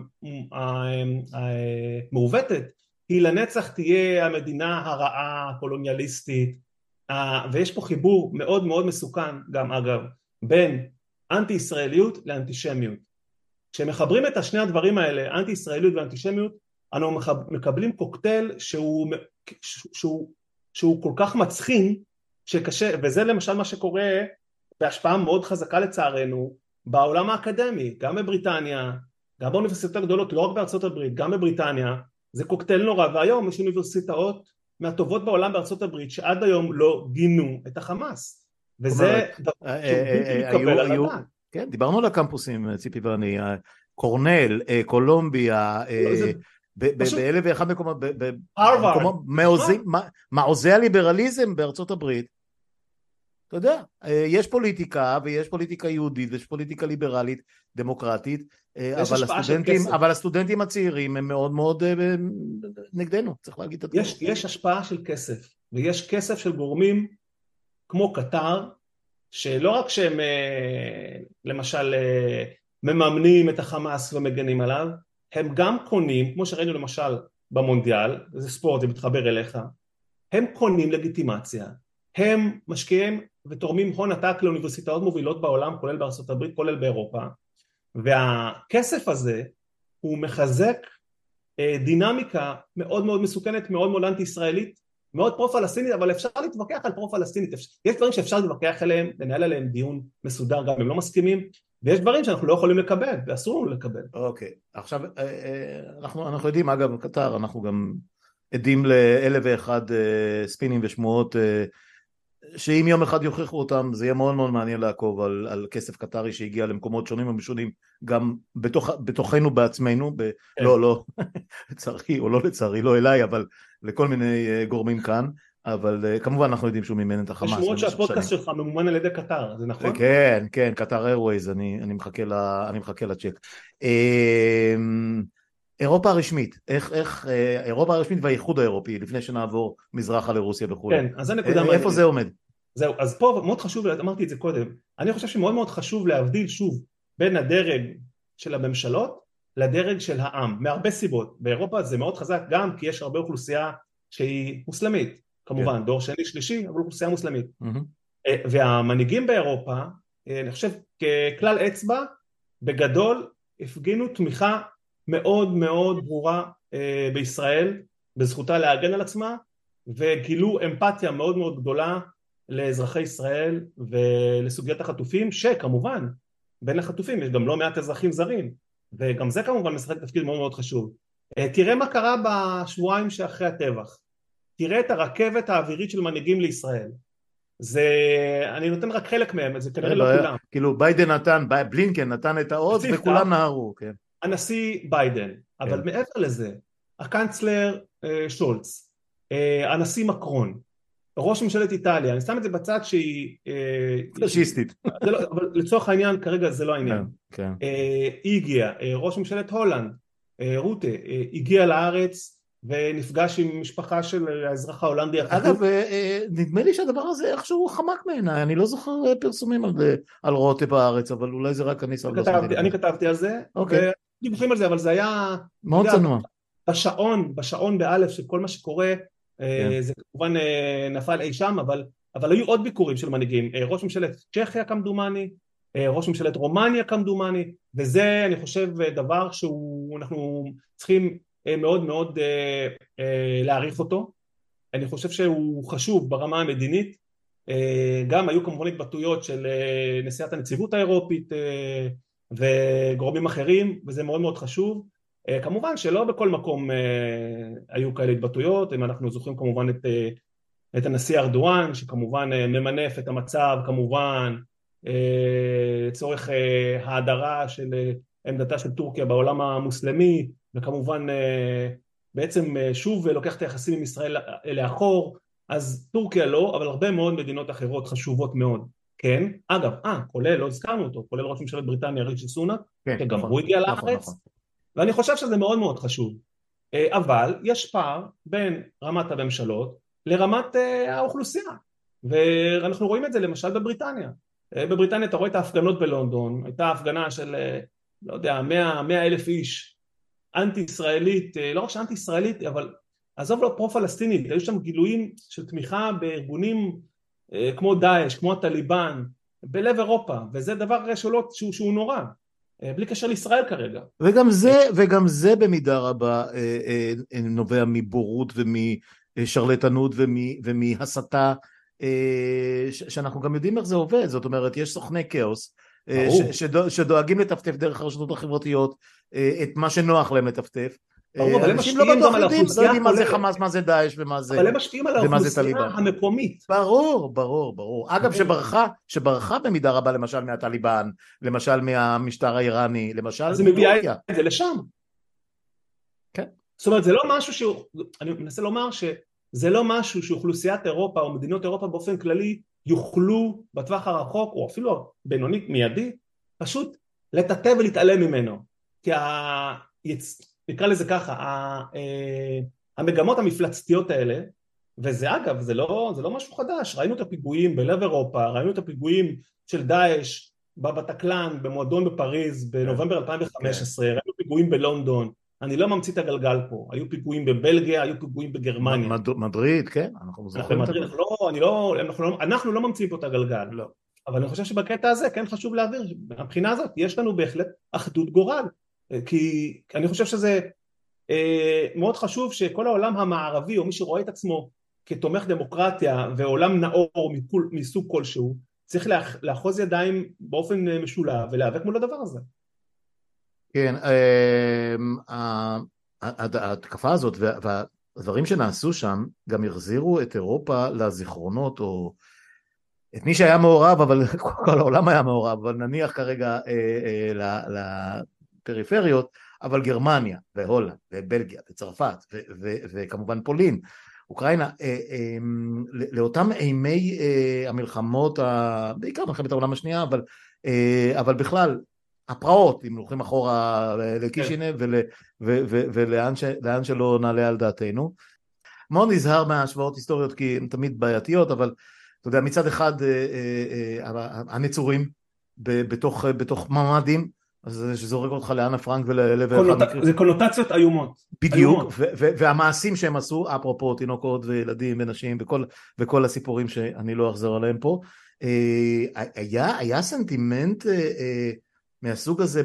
המעוותת, היא לנצח תהיה המדינה הרעה, הקולוניאליסטית, ויש פה חיבור מאוד מאוד מסוכן גם אגב, בין אנטי ישראליות לאנטישמיות. כשמחברים את השני הדברים האלה, אנטי ישראליות ואנטישמיות, אנחנו מקבלים קוקטייל שהוא כל כך מצחין, שקשה, וזה למשל מה שקורה בהשפעה מאוד חזקה לצערנו, בעולם האקדמי, גם בבריטניה, גם באוניברסיטאות הגדולות, לא רק בארצות הברית, גם בבריטניה, זה קוקטייל נורא, והיום יש אוניברסיטאות מהטובות בעולם בארצות הברית, שעד היום לא גינו את החמאס, וזה דבר שהוא בלתי מתקבל על הדעת. כן, דיברנו על הקמפוסים, ציפי ואני, קורנל, קולומביה, באלף ואחד מקומות, מעוזי הליברליזם בארצות הברית, אתה יודע, יש פוליטיקה, ויש פוליטיקה יהודית, ויש פוליטיקה ליברלית, דמוקרטית, אבל הסטודנטים הצעירים הם מאוד מאוד נגדנו, צריך להגיד את הדבר. יש השפעה של כסף, ויש כסף של גורמים כמו קטר, שלא רק שהם למשל מממנים את החמאס ומגנים עליו, הם גם קונים, כמו שראינו למשל במונדיאל, זה ספורט, זה מתחבר אליך, הם קונים לגיטימציה, הם משקיעים ותורמים הון עתק לאוניברסיטאות מובילות בעולם, כולל בארצות הברית, כולל באירופה, והכסף הזה הוא מחזק דינמיקה מאוד מאוד מסוכנת, מאוד מאוד אנטי-ישראלית, מאוד פרו-פלסטינית, אבל אפשר להתווכח על פרו-פלסטינית, יש דברים שאפשר להתווכח עליהם, לנהל עליהם דיון מסודר, גם אם לא מסכימים, ויש דברים שאנחנו לא יכולים לקבל, ואסור לנו לקבל. אוקיי, עכשיו, אנחנו יודעים, אגב, קטר, אנחנו גם עדים לאלף ואחד ספינים ושמועות, שאם יום אחד יוכיחו אותם, זה יהיה מאוד מאוד מעניין לעקוב על כסף קטרי שהגיע למקומות שונים ומשונים, גם בתוכנו בעצמנו, לא, לצערי או לא לצערי, לא אליי, אבל לכל מיני גורמים כאן, אבל כמובן אנחנו יודעים שהוא מימן את החמאס. יש שמועות שהפודקאסט שלך ממומן על ידי קטר, זה נכון? כן, קטר איירווייז, אני מחכה לצ'ק. אירופה הרשמית, איך אירופה הרשמית והאיחוד האירופי, לפני שנעבור מזרחה לרוסיה וכו'. כן, אז זה נקודה מעניינת. איפה זה עומד? זהו, אז פה מאוד חשוב, אמרתי את זה קודם, אני חושב שמאוד מאוד חשוב להבדיל שוב בין הדרג של הממשלות לדרג של העם, מהרבה סיבות. באירופה זה מאוד חזק גם כי יש הרבה אוכלוסייה שהיא מוסלמית, כמובן, דור שני שלישי, אבל אוכלוסייה מוסלמית. והמנהיגים באירופה, אני חושב ככלל אצבע, בגדול הפגינו תמיכה מאוד מאוד ברורה בישראל, בזכותה להגן על עצמה, וגילו אמפתיה מאוד מאוד גדולה לאזרחי ישראל ולסוגיית החטופים, שכמובן בין החטופים יש גם לא מעט אזרחים זרים, וגם זה כמובן משחק תפקיד מאוד מאוד חשוב. תראה מה קרה בשבועיים שאחרי הטבח, תראה את הרכבת האווירית של מנהיגים לישראל, זה, אני נותן רק חלק מהם, זה כנראה לא כולם. כאילו ביידן נתן, בלינקן נתן את העוז וכולם נהרו, כן. הנשיא ביידן, אבל מעבר לזה, הקנצלר שולץ, הנשיא מקרון, ראש ממשלת איטליה, אני שם את זה בצד שהיא פשיסטית. אבל לצורך העניין כרגע זה לא העניין. כן. היא הגיעה, ראש ממשלת הולנד, רוטה, הגיע לארץ ונפגש עם משפחה של האזרח ההולנדי. אגב, נדמה לי שהדבר הזה איכשהו חמק מעיניי, אני לא זוכר פרסומים על רוטה בארץ, אבל אולי זה רק אני אני כתבתי על זה, ודיווחים על זה, אבל זה היה מאוד צנוע. בשעון באלף של כל מה שקורה, זה כמובן נפל אי שם, אבל היו עוד ביקורים של מנהיגים, ראש ממשלת צ'כיה כמדומני, ראש ממשלת רומניה כמדומני, וזה אני חושב דבר שאנחנו צריכים מאוד מאוד להעריך אותו. אני חושב שהוא חשוב ברמה המדינית, גם היו כמובן התבטאויות של נשיאת הנציבות האירופית וגורמים אחרים, וזה מאוד מאוד חשוב. כמובן שלא בכל מקום היו כאלה התבטאויות, אם אנחנו זוכרים כמובן את הנשיא ארדואן, שכמובן ממנף את המצב כמובן צורך ההדרה של עמדתה של טורקיה בעולם המוסלמי, וכמובן בעצם שוב לוקח את היחסים עם ישראל לאחור. אז טורקיה לא, אבל הרבה מאוד מדינות אחרות חשובות מאוד, כן? אגב, כולל, לא הזכרנו אותו, כולל ראש ממשלת בריטניה רישי סונאק, שגם הוא הגיע לארץ, ואני חושב שזה מאוד מאוד חשוב. אבל יש פער בין רמת הממשלות לרמת האוכלוסייה, ואנחנו רואים את זה למשל בבריטניה. בבריטניה אתה רואה את ההפגנות בלונדון, הייתה הפגנה של, לא יודע, 100 אלף איש, אנטי ישראלית, לא רק שאנטי ישראלית, אבל עזוב לו פרו-פלסטינית, היו שם גילויים של תמיכה בארגונים כמו דאעש, כמו הטליבן, בלב אירופה, וזה דבר שהוא נורא, בלי קשר לישראל כרגע. וגם זה במידה רבה נובע מבורות ומשרלטנות ומהסתה, שאנחנו גם יודעים איך זה עובד. זאת אומרת, יש סוכני כאוס שדואגים לטפטף דרך הרשתות החברתיות את מה שנוח להם לטפטף. אנשים לא בטוח יודעים מה זה חמאס, מה זה דאעש ומה זה טליבן. אבל הם משפיעים על האוכלוסייה המקומית. ברור. אגב, שברחה במידה רבה למשל מהטליבן, למשל מהמשטר האיראני, למשל אז היא מביאה את זה לשם. כן. זאת אומרת, זה לא משהו אני מנסה לומר שזה לא משהו שאוכלוסיית אירופה או מדינות אירופה באופן כללי יוכלו בטווח הרחוק, או אפילו בינוני מיידי, פשוט לטאטא ולהתעלם ממנו. כי נקרא לזה ככה, המגמות המפלצתיות האלה, וזה אגב, זה לא משהו חדש, ראינו את הפיגועים בלב אירופה, ראינו את הפיגועים של דאעש בבטקלן, במועדון בפריז, בנובמבר 2015, ראינו פיגועים בלונדון, אני לא ממציא את הגלגל פה, היו פיגועים בבלגיה, היו פיגועים בגרמניה. מדריד, כן, אנחנו לא ממציאים פה את הגלגל, אבל אני חושב שבקטע הזה כן חשוב להעביר, מבחינה הזאת יש לנו בהחלט אחדות גורל, כי אני חושב שזה מאוד חשוב שכל העולם המערבי, או מי שרואה את עצמו כתומך דמוקרטיה ועולם נאור מסוג כלשהו, צריך לאחוז ידיים באופן משולב ולהיאבק מול הדבר הזה. כן, ההתקפה הזאת והדברים שנעשו שם גם החזירו את אירופה לזיכרונות, או את מי שהיה מעורב, אבל כל העולם היה מעורב, אבל נניח כרגע לפריפריות, אבל גרמניה והולנד ובלגיה וצרפת וכמובן פולין, אוקראינה, לאותם אימי המלחמות, בעיקר מלחמת העולם השנייה, אבל בכלל, הפרעות, אם הולכים אחורה לקישינב ולאן שלא נעלה על דעתנו. מאוד נזהר מהשוואות היסטוריות, כי הן תמיד בעייתיות, אבל אתה יודע, מצד אחד הנצורים בתוך ממ"דים, אז שזורק אותך לאנה פרנק זה קונוטציות איומות. בדיוק, והמעשים שהם עשו, אפרופו תינוקות וילדים ונשים וכל הסיפורים שאני לא אחזור עליהם פה, היה סנטימנט מהסוג הזה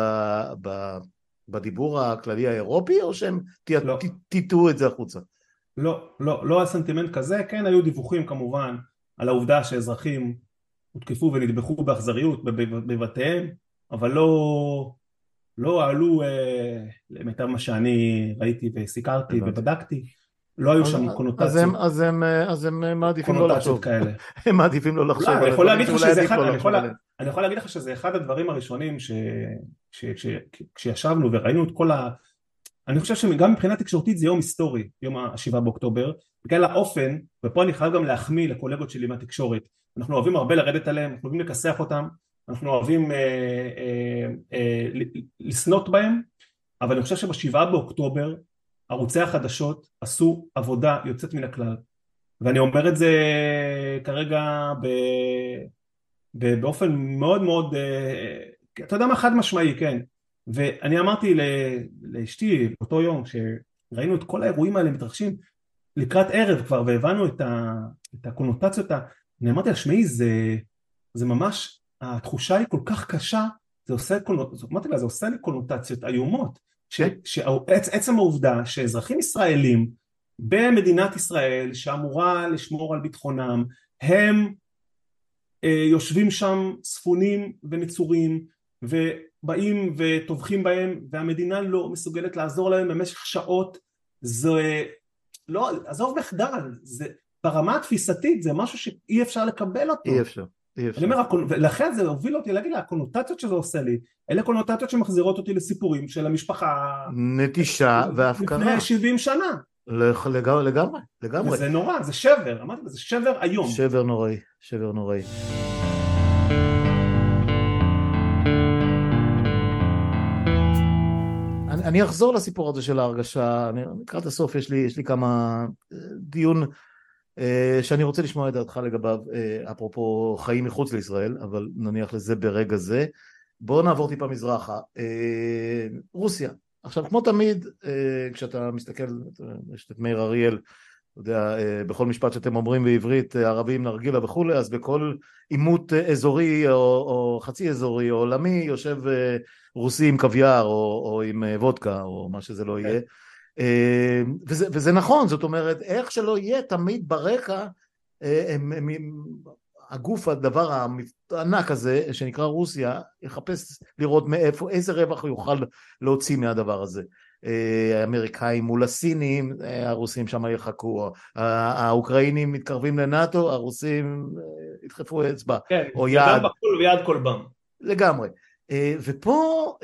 בדיבור הכללי האירופי, או שהם טיטו את זה החוצה? לא היה סנטימנט כזה. כן, היו דיווחים כמובן על העובדה שאזרחים הותקפו ונטבחו באכזריות בבתיהם, אבל לא עלו, למיטב מה שאני ראיתי וסיקרתי ובדקתי, לא היו שם קונוטציות. אז הם מעדיפים לא לחשוב. הם מעדיפים לא לחשוב. אני יכול להגיד לך שזה אחד הדברים הראשונים כשישבנו וראינו את כל אני חושב שגם מבחינה תקשורתית זה יום היסטורי, יום ה-7 באוקטובר, בגלל האופן, ופה אני חייב גם להחמיא לקולגות שלי מהתקשורת, אנחנו אוהבים הרבה לרדת עליהם, אנחנו אוהבים לכסח אותם, אנחנו אוהבים לסנוט בהם, אבל אני חושב שבשבעה באוקטובר ערוצי החדשות עשו עבודה יוצאת מן הכלל, ואני אומר את זה כרגע באופן מאוד מאוד, אתה יודע מה, חד משמעי, כן. ואני אמרתי לאשתי באותו יום שראינו את כל האירועים האלה מתרחשים לקראת ערב כבר והבנו את הקונוטציות, אני אמרתי לה, שמעי, זה ממש, התחושה היא כל כך קשה, זה עושה לי קונוטציות איומות, שעצם העובדה שאזרחים ישראלים במדינת ישראל שאמורה לשמור על ביטחונם, הם יושבים שם ספונים ונצורים ובאים וטובחים בהם והמדינה לא מסוגלת לעזור להם במשך שעות, זה לא, עזוב מחדל, זה ברמה התפיסתית זה משהו שאי אפשר לקבל אותו. אי אפשר. אני אומר, ולכן זה הוביל אותי להגיד לה, הקונוטציות שזה עושה לי, אלה קונוטציות שמחזירות אותי לסיפורים של המשפחה נטישה והפקרה לפני 70 שנה. לגמרי. וזה נורא, זה שבר, אמרתי, זה שבר היום. שבר נוראי. אני אחזור לסיפור הזה של ההרגשה, לקראת הסוף יש לי כמה דיון שאני רוצה לשמוע את דעתך לגביו, אפרופו חיים מחוץ לישראל, אבל נניח לזה ברגע זה. בואו נעבור טיפה מזרחה. רוסיה. עכשיו, כמו תמיד, כשאתה מסתכל, יש את מאיר אריאל, אתה יודע, בכל משפט שאתם אומרים בעברית, ערבים נרגילה וכולי, אז בכל עימות אזורי או חצי אזורי או עולמי, יושב רוסי עם קוויאר או עם וודקה או מה שזה לא יהיה. וזה נכון, זאת אומרת, איך שלא יהיה תמיד ברקע, הגוף, הדבר הענק הזה שנקרא רוסיה, יחפש לראות מאיפה, איזה רווח הוא יוכל להוציא מהדבר הזה. האמריקאים מול הסינים, הרוסים שם יחכו, האוקראינים מתקרבים לנאטו, הרוסים ידחפו אצבע, כן, או יד. ויד כל בם. לגמרי. ופה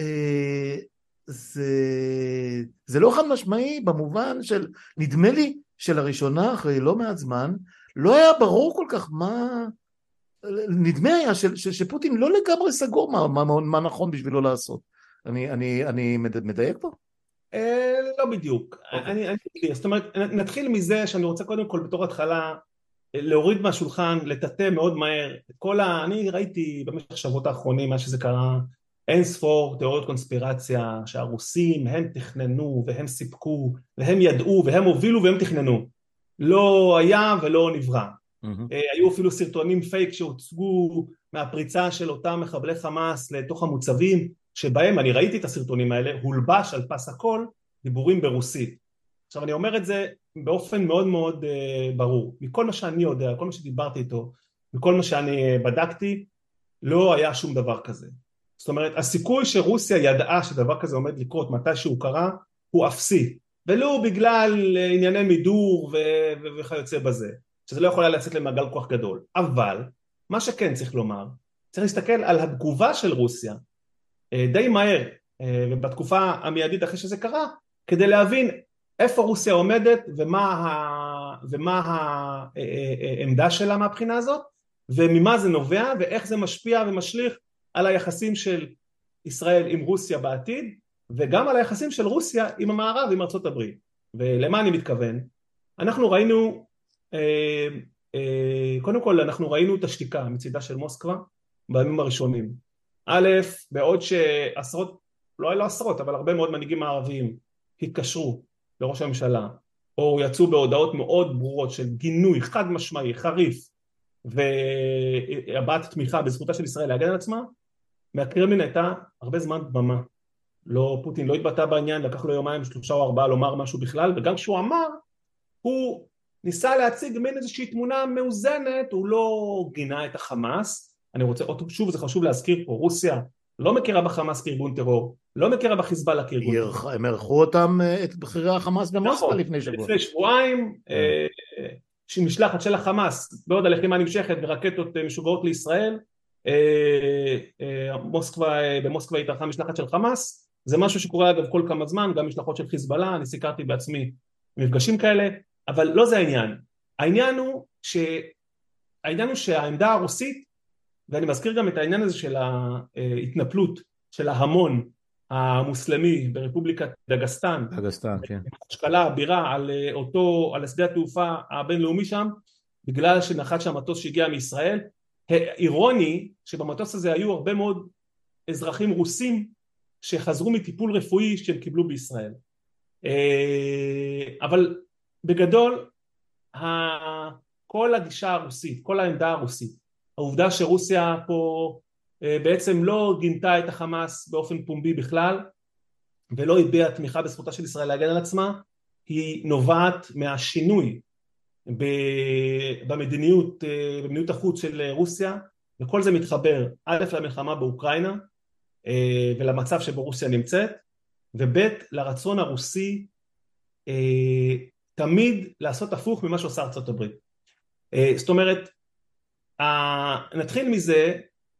זה לא חד משמעי במובן של, נדמה לי שלראשונה אחרי לא מעט זמן, לא היה ברור כל כך מה, נדמה היה שפוטין לא לגמרי סגור מה נכון בשבילו לעשות. אני מדייק פה? לא בדיוק. זאת אומרת, נתחיל מזה שאני רוצה קודם כל בתור התחלה להוריד מהשולחן, לטאטא מאוד מהר את כל אני ראיתי במשך שבועות האחרונים מה שזה קרה, אין ספור תיאוריות קונספירציה שהרוסים הם תכננו והם סיפקו והם ידעו והם הובילו והם תכננו, לא היה ולא נברא. היו אפילו סרטונים פייק שהוצגו מהפריצה של אותם מחבלי חמאס לתוך המוצבים, שבהם אני ראיתי את הסרטונים האלה, הולבש על פס הכל דיבורים ברוסית. עכשיו אני אומר את זה באופן מאוד מאוד ברור, מכל מה שאני יודע, כל מה שדיברתי איתו, מכל מה שאני בדקתי, לא היה שום דבר כזה. זאת אומרת, הסיכוי שרוסיה ידעה שדבר כזה עומד לקרות מתי שהוא קרה, הוא אפסי, ולא בגלל ענייני מידור וכיוצא בזה, שזה לא יכול היה לצאת למעגל כוח גדול. אבל מה שכן צריך לומר, צריך להסתכל על התגובה של רוסיה די מהר, ובתקופה המיידית אחרי שזה קרה, כדי להבין איפה רוסיה עומדת ומה העמדה שלה מהבחינה הזאת, וממה זה נובע ואיך זה משפיע ומשליך על היחסים של ישראל עם רוסיה בעתיד, וגם על היחסים של רוסיה עם המערב, עם ארצות הברית. ולמה אני מתכוון? אנחנו ראינו, קודם כל אנחנו ראינו את השתיקה מצידה של מוסקבה בימים הראשונים. א', בעוד שעשרות, לא עשרות, אבל הרבה מאוד מנהיגים הערביים התקשרו לראש הממשלה, או יצאו בהודעות מאוד ברורות של גינוי חד משמעי, חריף, והבעת תמיכה בזכותה של ישראל להגן על עצמה, מהקרמלין הייתה הרבה זמן דממה. לא, פוטין לא התבטא בעניין, לקח לו יומיים, 3 או 4 לומר משהו בכלל, וגם כשהוא אמר, הוא ניסה להציג מין איזושהי תמונה מאוזנת, הוא לא גינה את החמאס. אני רוצה, שוב זה חשוב להזכיר פה, רוסיה לא מכירה בחמאס כארגון טרור, לא מכירה בחיזבאללה כארגון טרור. הם ערכו אותם, את בחירי החמאס במוסקבה לפני שבוע. לפני שבועיים, משלחת של החמאס, בעוד הלחימה נמשכת ורקטות משוגעות לישראל, במוסקבה התארחה משלחת של חמאס, זה משהו שקורה אגב כל כמה זמן, גם משלחות של חיזבאללה, אני סיקרתי בעצמי מפגשים כאלה, אבל לא זה העניין. העניין הוא שהעמדה הרוסית, ואני מזכיר גם את העניין הזה של ההתנפלות של ההמון המוסלמי ברפובליקת דגסטן, כן. השקלה הבירה על השדה התעופה הבינלאומי שם, בגלל שנחת שם מטוס שהגיע מישראל. אירוני שבמטוס הזה היו הרבה מאוד אזרחים רוסים שחזרו מטיפול רפואי שהם קיבלו בישראל. אבל בגדול כל הגישה הרוסית, כל העמדה הרוסית, העובדה שרוסיה פה בעצם לא גינתה את החמאס באופן פומבי בכלל, ולא הביעה תמיכה בזכותה של ישראל להגן על עצמה, היא נובעת מהשינוי במדיניות החוץ של רוסיה, וכל זה מתחבר א' למלחמה באוקראינה, ולמצב שבו רוסיה נמצאת, וב' לרצון הרוסי תמיד לעשות הפוך ממה שעושה ארצות הברית. זאת אומרת, נתחיל מזה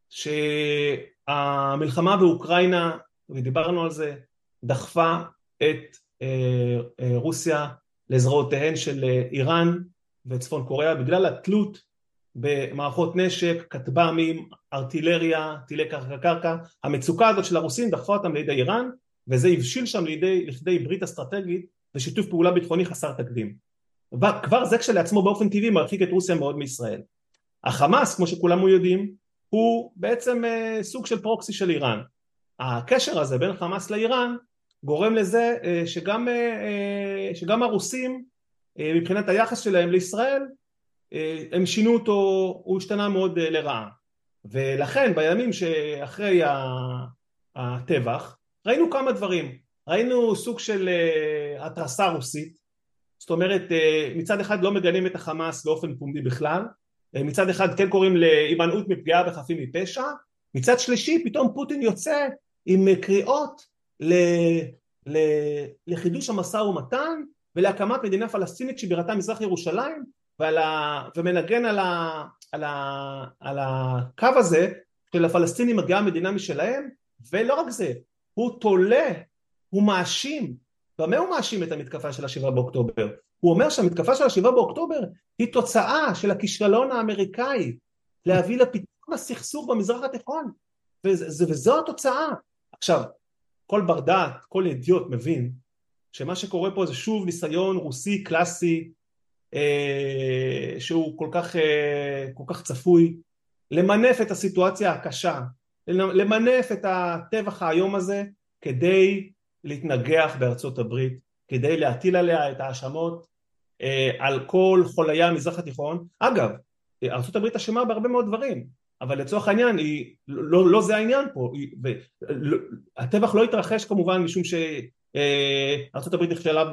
שהמלחמה באוקראינה, ודיברנו על זה, דחפה את רוסיה לזרועותיהן של איראן וצפון קוריאה, בגלל התלות במערכות נשק, כטב"מים, ארטילריה, טילי קרקע. המצוקה הזאת של הרוסים דחפה אותם לידי איראן, וזה הבשיל שם לכדי ברית אסטרטגית ושיתוף פעולה ביטחוני חסר תקדים. כבר זה כשלעצמו באופן טבעי מרחיק את רוסיה מאוד מישראל. החמאס, כמו שכולנו יודעים, הוא בעצם סוג של פרוקסי של איראן. הקשר הזה בין חמאס לאיראן גורם לזה שגם הרוסים מבחינת היחס שלהם לישראל הם שינו אותו, הוא השתנה מאוד לרעה. ולכן בימים שאחרי הטבח ראינו כמה דברים. ראינו סוג של התרסה רוסית, זאת אומרת מצד אחד לא מגנים את החמאס באופן פומבי בכלל, מצד אחד כן קוראים להימנעות מפגיעה בחפים מפשע, מצד שלישי פתאום פוטין יוצא עם קריאות לחידוש המשא ומתן ולהקמת מדינה פלסטינית שבירתה מזרח ירושלים, ומנגן על הקו הזה של הפלסטינים מגיעה מדינה משלהם. ולא רק זה, הוא תולה, הוא מאשים. במה הוא מאשים את המתקפה של ה7 באוקטובר? הוא אומר שהמתקפה של ה7 באוקטובר היא תוצאה של הכישלון האמריקאי להביא לפתרון הסכסוך במזרח התיכון, וזו התוצאה. עכשיו, כל בר דעת, כל אידיוט מבין שמה שקורה פה זה שוב ניסיון רוסי קלאסי, שהוא כל כך צפוי, למנף את הסיטואציה הקשה, למנף את הטבח היום הזה כדי להתנגח בארצות הברית, כדי להטיל עליה את האשמות על כל חוליי המזרח התיכון. אגב, ארצות הברית אשמה בהרבה מאוד דברים, אבל לצורך העניין לא זה העניין פה. הטבח לא התרחש כמובן משום שארצות הברית נכשלה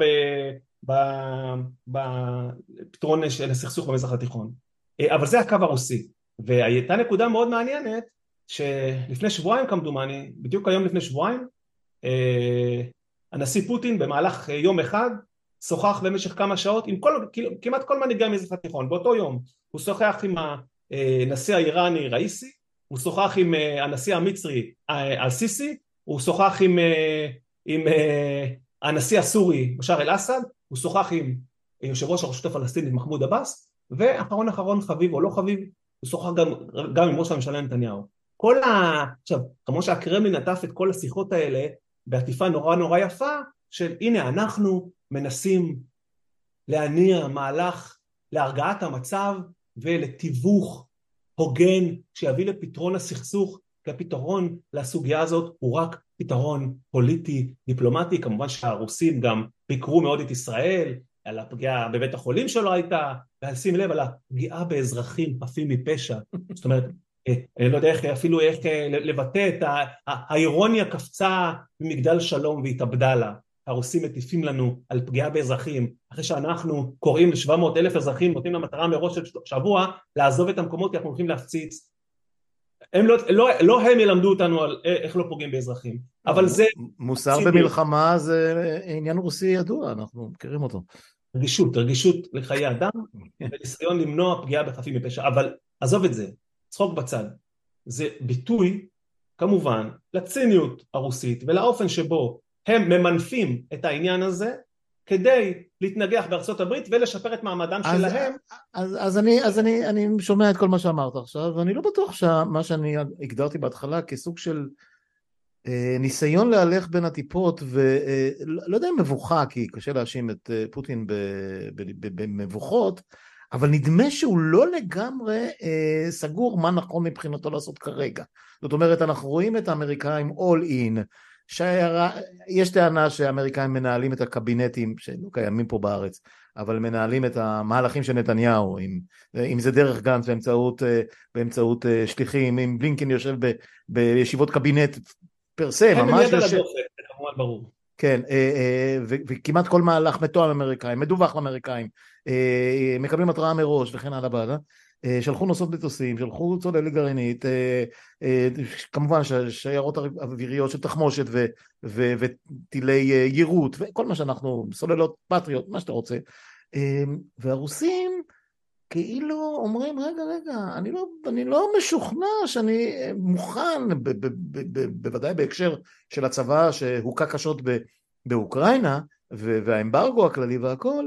בפתרון של הסכסוך במזרח התיכון, אבל זה הקו הרוסי. והייתה נקודה מאוד מעניינת שלפני שבועיים כמדומני, בדיוק היום לפני שבועיים, הנשיא פוטין במהלך יום אחד שוחח במשך כמה שעות עם כמעט כל מנהיגי המזרח התיכון. באותו יום הוא שוחח עם הנשיא האיראני ראיסי, הוא שוחח עם הנשיא המצרי אל-סיסי, הוא שוחח עם הנשיא הסורי בשאר אל-אסד, הוא שוחח עם יושב ראש הרשות הפלסטינית מחמוד עבאס, ואחרון חביב או לא חביב, הוא שוחח גם עם ראש הממשלה נתניהו. עכשיו, כמו שהקרמלין נטף את כל השיחות האלה בעטיפה נורא יפה של הנה אנחנו מנסים להניע מהלך להרגעת המצב ולתיווך הוגן שיביא לפתרון הסכסוך, כי הפתרון לסוגיה הזאת הוא רק פתרון פוליטי, דיפלומטי. כמובן שהרוסים גם ביקרו מאוד את ישראל, על הפגיעה בבית החולים שלו הייתה, ושים לב על הפגיעה באזרחים חפים מפשע. זאת אומרת, אני לא יודע אפילו איך לבטא את האירוניה קפצה ממגדל שלום והתאבדה לה. הרוסים מטיפים לנו על פגיעה באזרחים, אחרי שאנחנו קוראים ל700,000 אזרחים, נותנים למטרה מראש של שבוע, לעזוב את המקומות כי אנחנו הולכים להפציץ. לא הם ילמדו אותנו על איך לא פוגעים באזרחים, אבל זה... מוסר במלחמה זה עניין רוסי ידוע, אנחנו מכירים אותו. רגישות לחיי אדם, וניסיון למנוע פגיעה בחפים מפשע, אבל עזוב את זה, צחוק בצד, זה ביטוי כמובן לציניות הרוסית ולאופן שבו הם ממנפים את העניין הזה כדי להתנגח בארצות הברית ולשפר את מעמדם שלהם. אז אני שומע את כל מה שאמרת עכשיו, ואני לא בטוח שמה שאני הגדרתי בהתחלה כסוג של ניסיון להלך בין הטיפות, ולא יודע אם מבוכה, כי קשה להאשים את פוטין במבוכות, אבל נדמה שהוא לא לגמרי סגור מה נכון מבחינתו לעשות כרגע. זאת אומרת, אנחנו רואים את האמריקאים all in, יש טענה שהאמריקאים מנהלים את הקבינטים שלא קיימים פה בארץ, אבל מנהלים את המהלכים של נתניהו, אם זה דרך גנץ באמצעות שליחים, אם בלינקן יושב בישיבות קבינט פרסה, ממש יושב. כמובן ברור. כן, וכמעט כל מהלך מתואם אמריקאים, מדווח לאמריקאים, מקבלים התראה מראש וכן הלאה בעדה. שלחו נוסעות מטוסים, שלחו צוללת גרעינית, כמובן שיירות אוויריות של תחמושת וטילי יירוט וכל מה שאנחנו, סוללות פטריות, מה שאתה רוצה. והרוסים כאילו אומרים, רגע, אני לא משוכנע שאני מוכן, בוודאי בהקשר של הצבא שהוקע קשות באוקראינה, והאמברגו הכללי והכל,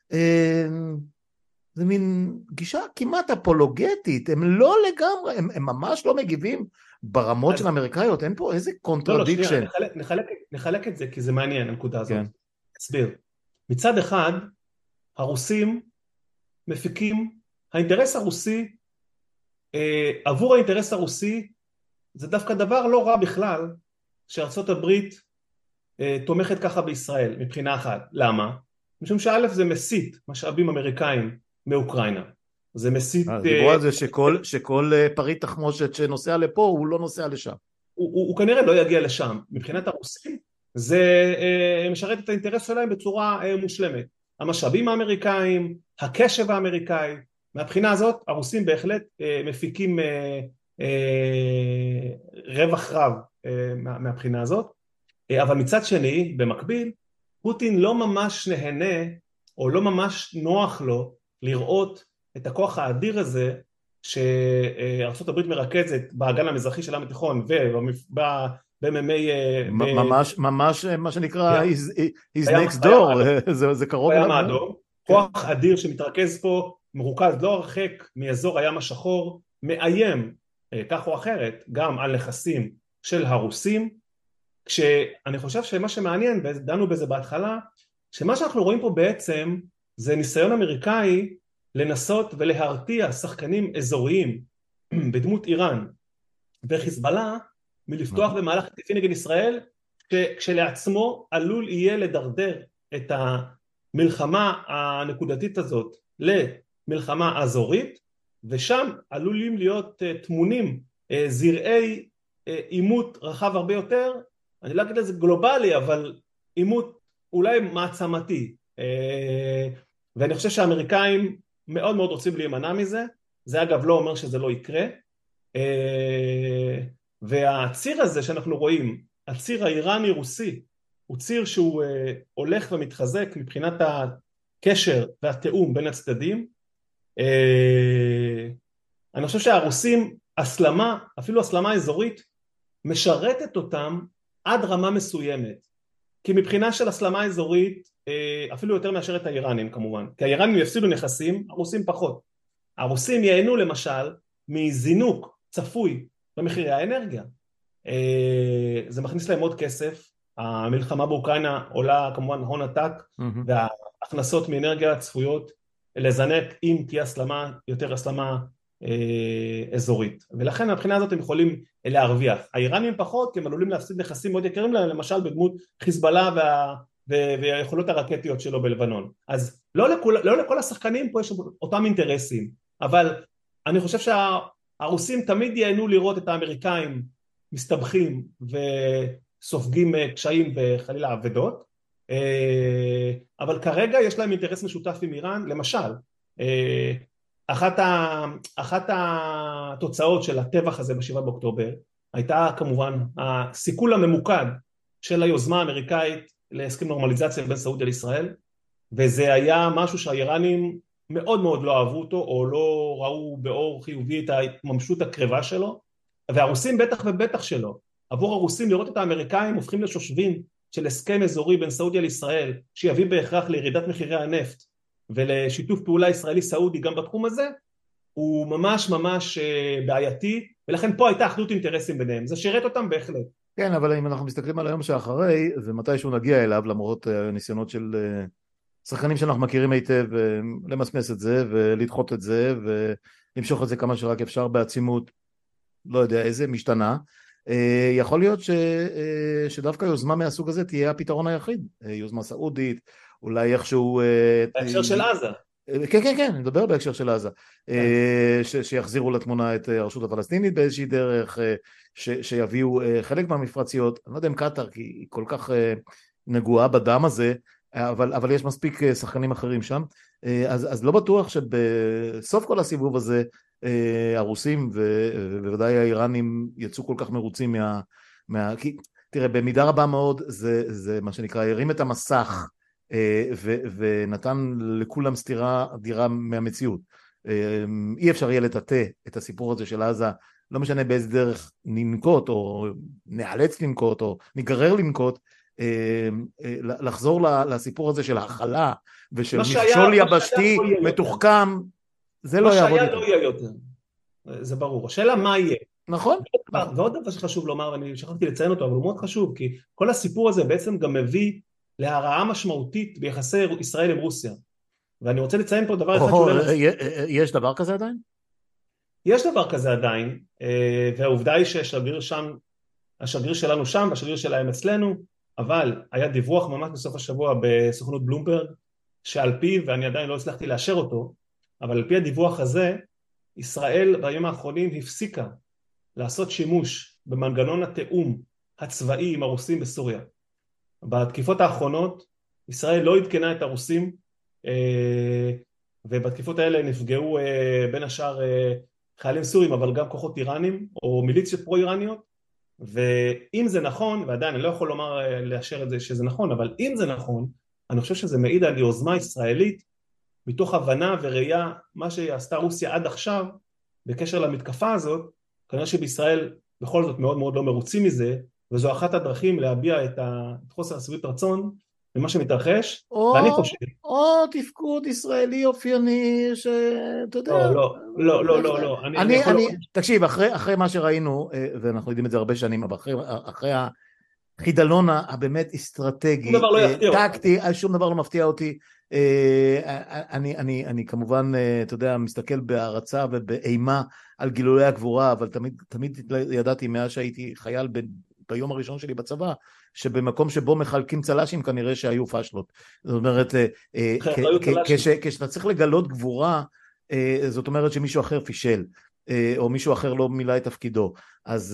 זה מין גישה כמעט אפולוגטית, הם לא לגמרי, הם ממש לא מגיבים ברמות של האמריקאיות, אין פה איזה קונטרדיקשן. נחלק את זה כי זה מעניין, הנקודה הזאת. כן. אסביר. מצד אחד, הרוסים מפיקים, האינטרס הרוסי, עבור האינטרס הרוסי, זה דווקא דבר לא רע בכלל, שארצות הברית תומכת ככה בישראל, מבחינה אחת. למה? משום שא' זה מסית משאבים אמריקאים מאוקראינה. זה מסית... דיברו על זה שכל פריט תחמושת שנוסע לפה, הוא לא נוסע לשם. הוא כנראה לא יגיע לשם. מבחינת הרוסים, זה משרת את האינטרס שלהם בצורה מושלמת. המשאבים האמריקאים, הקשב האמריקאי, מהבחינה הזאת, הרוסים בהחלט מפיקים רווח רב מהבחינה הזאת. אבל מצד שני, במקביל, פוטין לא ממש נהנה, או לא ממש נוח לו, לראות את הכוח האדיר הזה, שארצות הברית מרכזת באגן המזרחי של הים התיכון, ובממי... ממש מה שנקרא, he's next door, זה קרוב אליו. כוח אדיר שמתרכז פה, מרוכז לא הרחק מאזור הים השחור, מאיים, כך או אחרת, גם על נכסים של הרוסים, כשאני חושב שמה שמעניין, ודנו בזה בהתחלה, שמה שאנחנו רואים פה בעצם, זה ניסיון אמריקאי לנסות ולהרתיע שחקנים אזוריים בדמות איראן וחיזבאללה מלפתוח במהלך התקפי נגד ישראל, כשלעצמו עלול יהיה לדרדר את המלחמה הנקודתית הזאת למלחמה אזורית, ושם עלולים להיות תמונים זרעי עימות רחב הרבה יותר, אני לא אגיד לזה גלובלי, אבל עימות אולי מעצמתי, ואני חושב שהאמריקאים מאוד מאוד רוצים להימנע מזה. זה אגב לא אומר שזה לא יקרה, והציר הזה שאנחנו רואים, הציר האיראני רוסי, הוא ציר שהוא הולך ומתחזק מבחינת הקשר והתאום בין הצדדים. אני חושב שהרוסים, הסלמה, אפילו הסלמה אזורית, משרתת אותם עד רמה מסוימת, כי מבחינה של הסלמה אזורית אפילו יותר מאשר את האיראנים כמובן, כי האיראנים יפסידו נכסים, הרוסים פחות. הרוסים ייהנו למשל מזינוק צפוי במחירי האנרגיה, זה מכניס להם עוד כסף. המלחמה באוקראינה עולה כמובן הון עתק, וההכנסות מאנרגיה צפויות לזנק אם תהיה הסלמה, יותר הסלמה אזורית, ולכן מהבחינה הזאת הם יכולים להרוויח. האיראנים פחות, כי הם עלולים להפסיד נכסים מאוד יקרים להם, למשל בדמות חיזבאללה והיכולות הרקטיות שלו בלבנון. אז לא לכל השחקנים פה יש אותם אינטרסים, אבל אני חושב שהרוסים תמיד ייהנו לראות את האמריקאים מסתבכים וסופגים קשיים וחלילה עבדות, אבל כרגע יש להם אינטרס משותף עם איראן. למשל, אחת התוצאות של הטבח הזה ב7 באוקטובר הייתה כמובן הסיכול הממוקד של היוזמה האמריקאית להסכם נורמליזציה בין סעודיה לישראל, וזה היה משהו שהאיראנים מאוד מאוד לא אהבו אותו, או לא ראו באור חיובי את ההתממשות הקרבה שלו. והרוסים בטח ובטח שלא. עבור הרוסים לראות את האמריקאים הופכים לשושבים של הסכם אזורי בין סעודיה לישראל, שיביא בהכרח לירידת מחירי הנפט ולשיתוף פעולה ישראלי סעודי גם בתחום הזה, הוא ממש ממש בעייתי, ולכן פה הייתה אחדות אינטרסים ביניהם, זה שירת אותם בהחלט. כן, אבל אם אנחנו מסתכלים על היום שאחרי, ומתישהו נגיע אליו, למרות ניסיונות של שחקנים שאנחנו מכירים היטב, למסמס את זה ולדחות את זה ולמשוך את זה כמה שרק אפשר בעצימות, לא יודע איזה, משתנה. יכול להיות שדווקא יוזמה מהסוג הזה תהיה הפתרון היחיד, יוזמה סעודית, אולי איכשהו... בהקשר של עזה. כן, כן, כן, אני מדבר בהקשר של עזה, שיחזירו לתמונה את הרשות הפלסטינית באיזושהי דרך, שיביאו חלק מהמפרציות, אני לא יודע אם קטר, כי היא כל כך נגועה בדם הזה, אבל יש מספיק שחקנים אחרים שם, אז לא בטוח שבסוף כל הסיבוב הזה, הרוסים ובוודאי האיראנים יצאו כל כך מרוצים כי תראה, במידה רבה מאוד זה מה שנקרא, הרים את המסך, ונתן לכולם סתירה אדירה מהמציאות. אי אפשר יהיה לטאטא את הסיפור הזה של עזה, לא משנה באיזה דרך ננקוט או נאלץ לנקוט או נגרר לנקוט, לחזור לסיפור הזה של ההכלה ושל מכשול יבשתי מתוחכם, זה לא יעבוד איתו. לא יהיה יותר, זה ברור. השאלה מה יהיה. נכון. ועוד דבר שחשוב לומר, ואני שכחתי לציין אותו, אבל הוא מאוד חשוב, כי כל הסיפור הזה בעצם גם מביא להרעה משמעותית ביחסי ישראל עם רוסיה. ואני רוצה לציין פה דבר אחד יש דבר כזה עדיין? יש דבר כזה עדיין, והעובדה היא שהשגריר שלנו שם, והשגריר שלהם אצלנו, אבל היה דיווח ממש בסוף השבוע בסוכנות בלומברג, שעל פיו, ואני עדיין לא הצלחתי לאשר אותו, אבל על פי הדיווח הזה, ישראל בימים האחרונים הפסיקה לעשות שימוש במנגנון התאום הצבאי עם הרוסים בסוריה. בתקיפות האחרונות ישראל לא עדכנה את הרוסים, ובתקיפות האלה נפגעו בין השאר חיילים סורים, אבל גם כוחות איראנים או מיליציות פרו-איראניות. ואם זה נכון, ועדיין אני לא יכול לאשר את זה שזה נכון, אבל אם זה נכון, אני חושב שזה מעיד על יוזמה ישראלית מתוך הבנה וראייה מה שעשתה רוסיה עד עכשיו בקשר למתקפה הזאת. כנראה שבישראל בכל זאת מאוד מאוד לא מרוצים מזה, וזו אחת הדרכים להביע את חוסר השביעות רצון במה שמתרחש, ואני חושב... או תפקוד ישראלי אופייני, שאתה יודע... לא. תקשיב, אחרי מה שראינו, ואנחנו יודעים את זה הרבה שנים, אבל אחרי החידלון הבאמת אסטרטגי, טקטי, שום דבר לא מפתיע אותי, אני כמובן, אתה יודע, מסתכל בהערצה ובאימה על גילויי הגבורה, אבל תמיד ידעתי מאז שהייתי חייל ביום הראשון שלי בצבא, שבמקום שבו מחלקים צל"שים כנראה שהיו פשלות. זאת אומרת, כשאתה צריך לגלות גבורה, זאת אומרת שמישהו אחר פישל, או מישהו אחר לא מילא את תפקידו. אז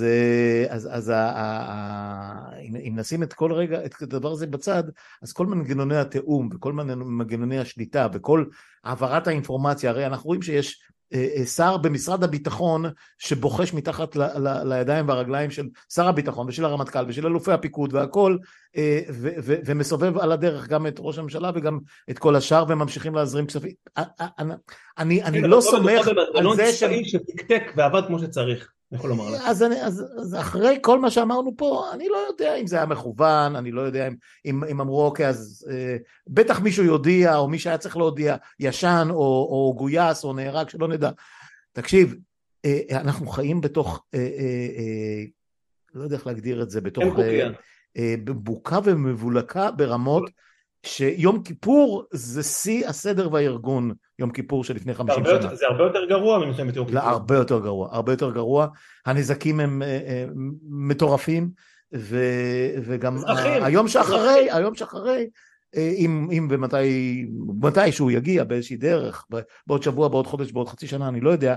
אם נשים את כל רגע, את הדבר הזה בצד, אז כל מנגנוני התאום, וכל מנגנוני השליטה, וכל העברת האינפורמציה, הרי אנחנו רואים שיש שר במשרד הביטחון שבוחש מתחת לידיים והרגליים של שר הביטחון ושל הרמטכ"ל ושל אלופי הפיקוד והכל, ומסובב על הדרך גם את ראש הממשלה וגם את כל השאר, וממשיכים להזרים כספים. אני לא סומך על זה שתקתק ועבד כמו שצריך. אז אחרי כל מה שאמרנו פה, אני לא יודע אם זה היה מכוון, אני לא יודע אם אמרו אוקיי, אז בטח מישהו יודיע, או מי שהיה צריך להודיע, ישן או גויס או נהרג, שלא נדע. תקשיב, אנחנו חיים בתוך, לא יודע איך להגדיר את זה, בתוך בוקה ומבולקה ברמות, שיום כיפור זה שיא הסדר והארגון, יום כיפור שלפני 50 שנה. זה הרבה יותר גרוע ממלחמת יום כיפור. הרבה יותר גרוע, הרבה יותר גרוע. הנזקים הם מטורפים, וגם היום שאחרי, אם ומתי שהוא יגיע באיזושהי דרך, בעוד שבוע, בעוד חודש, בעוד חצי שנה, אני לא יודע,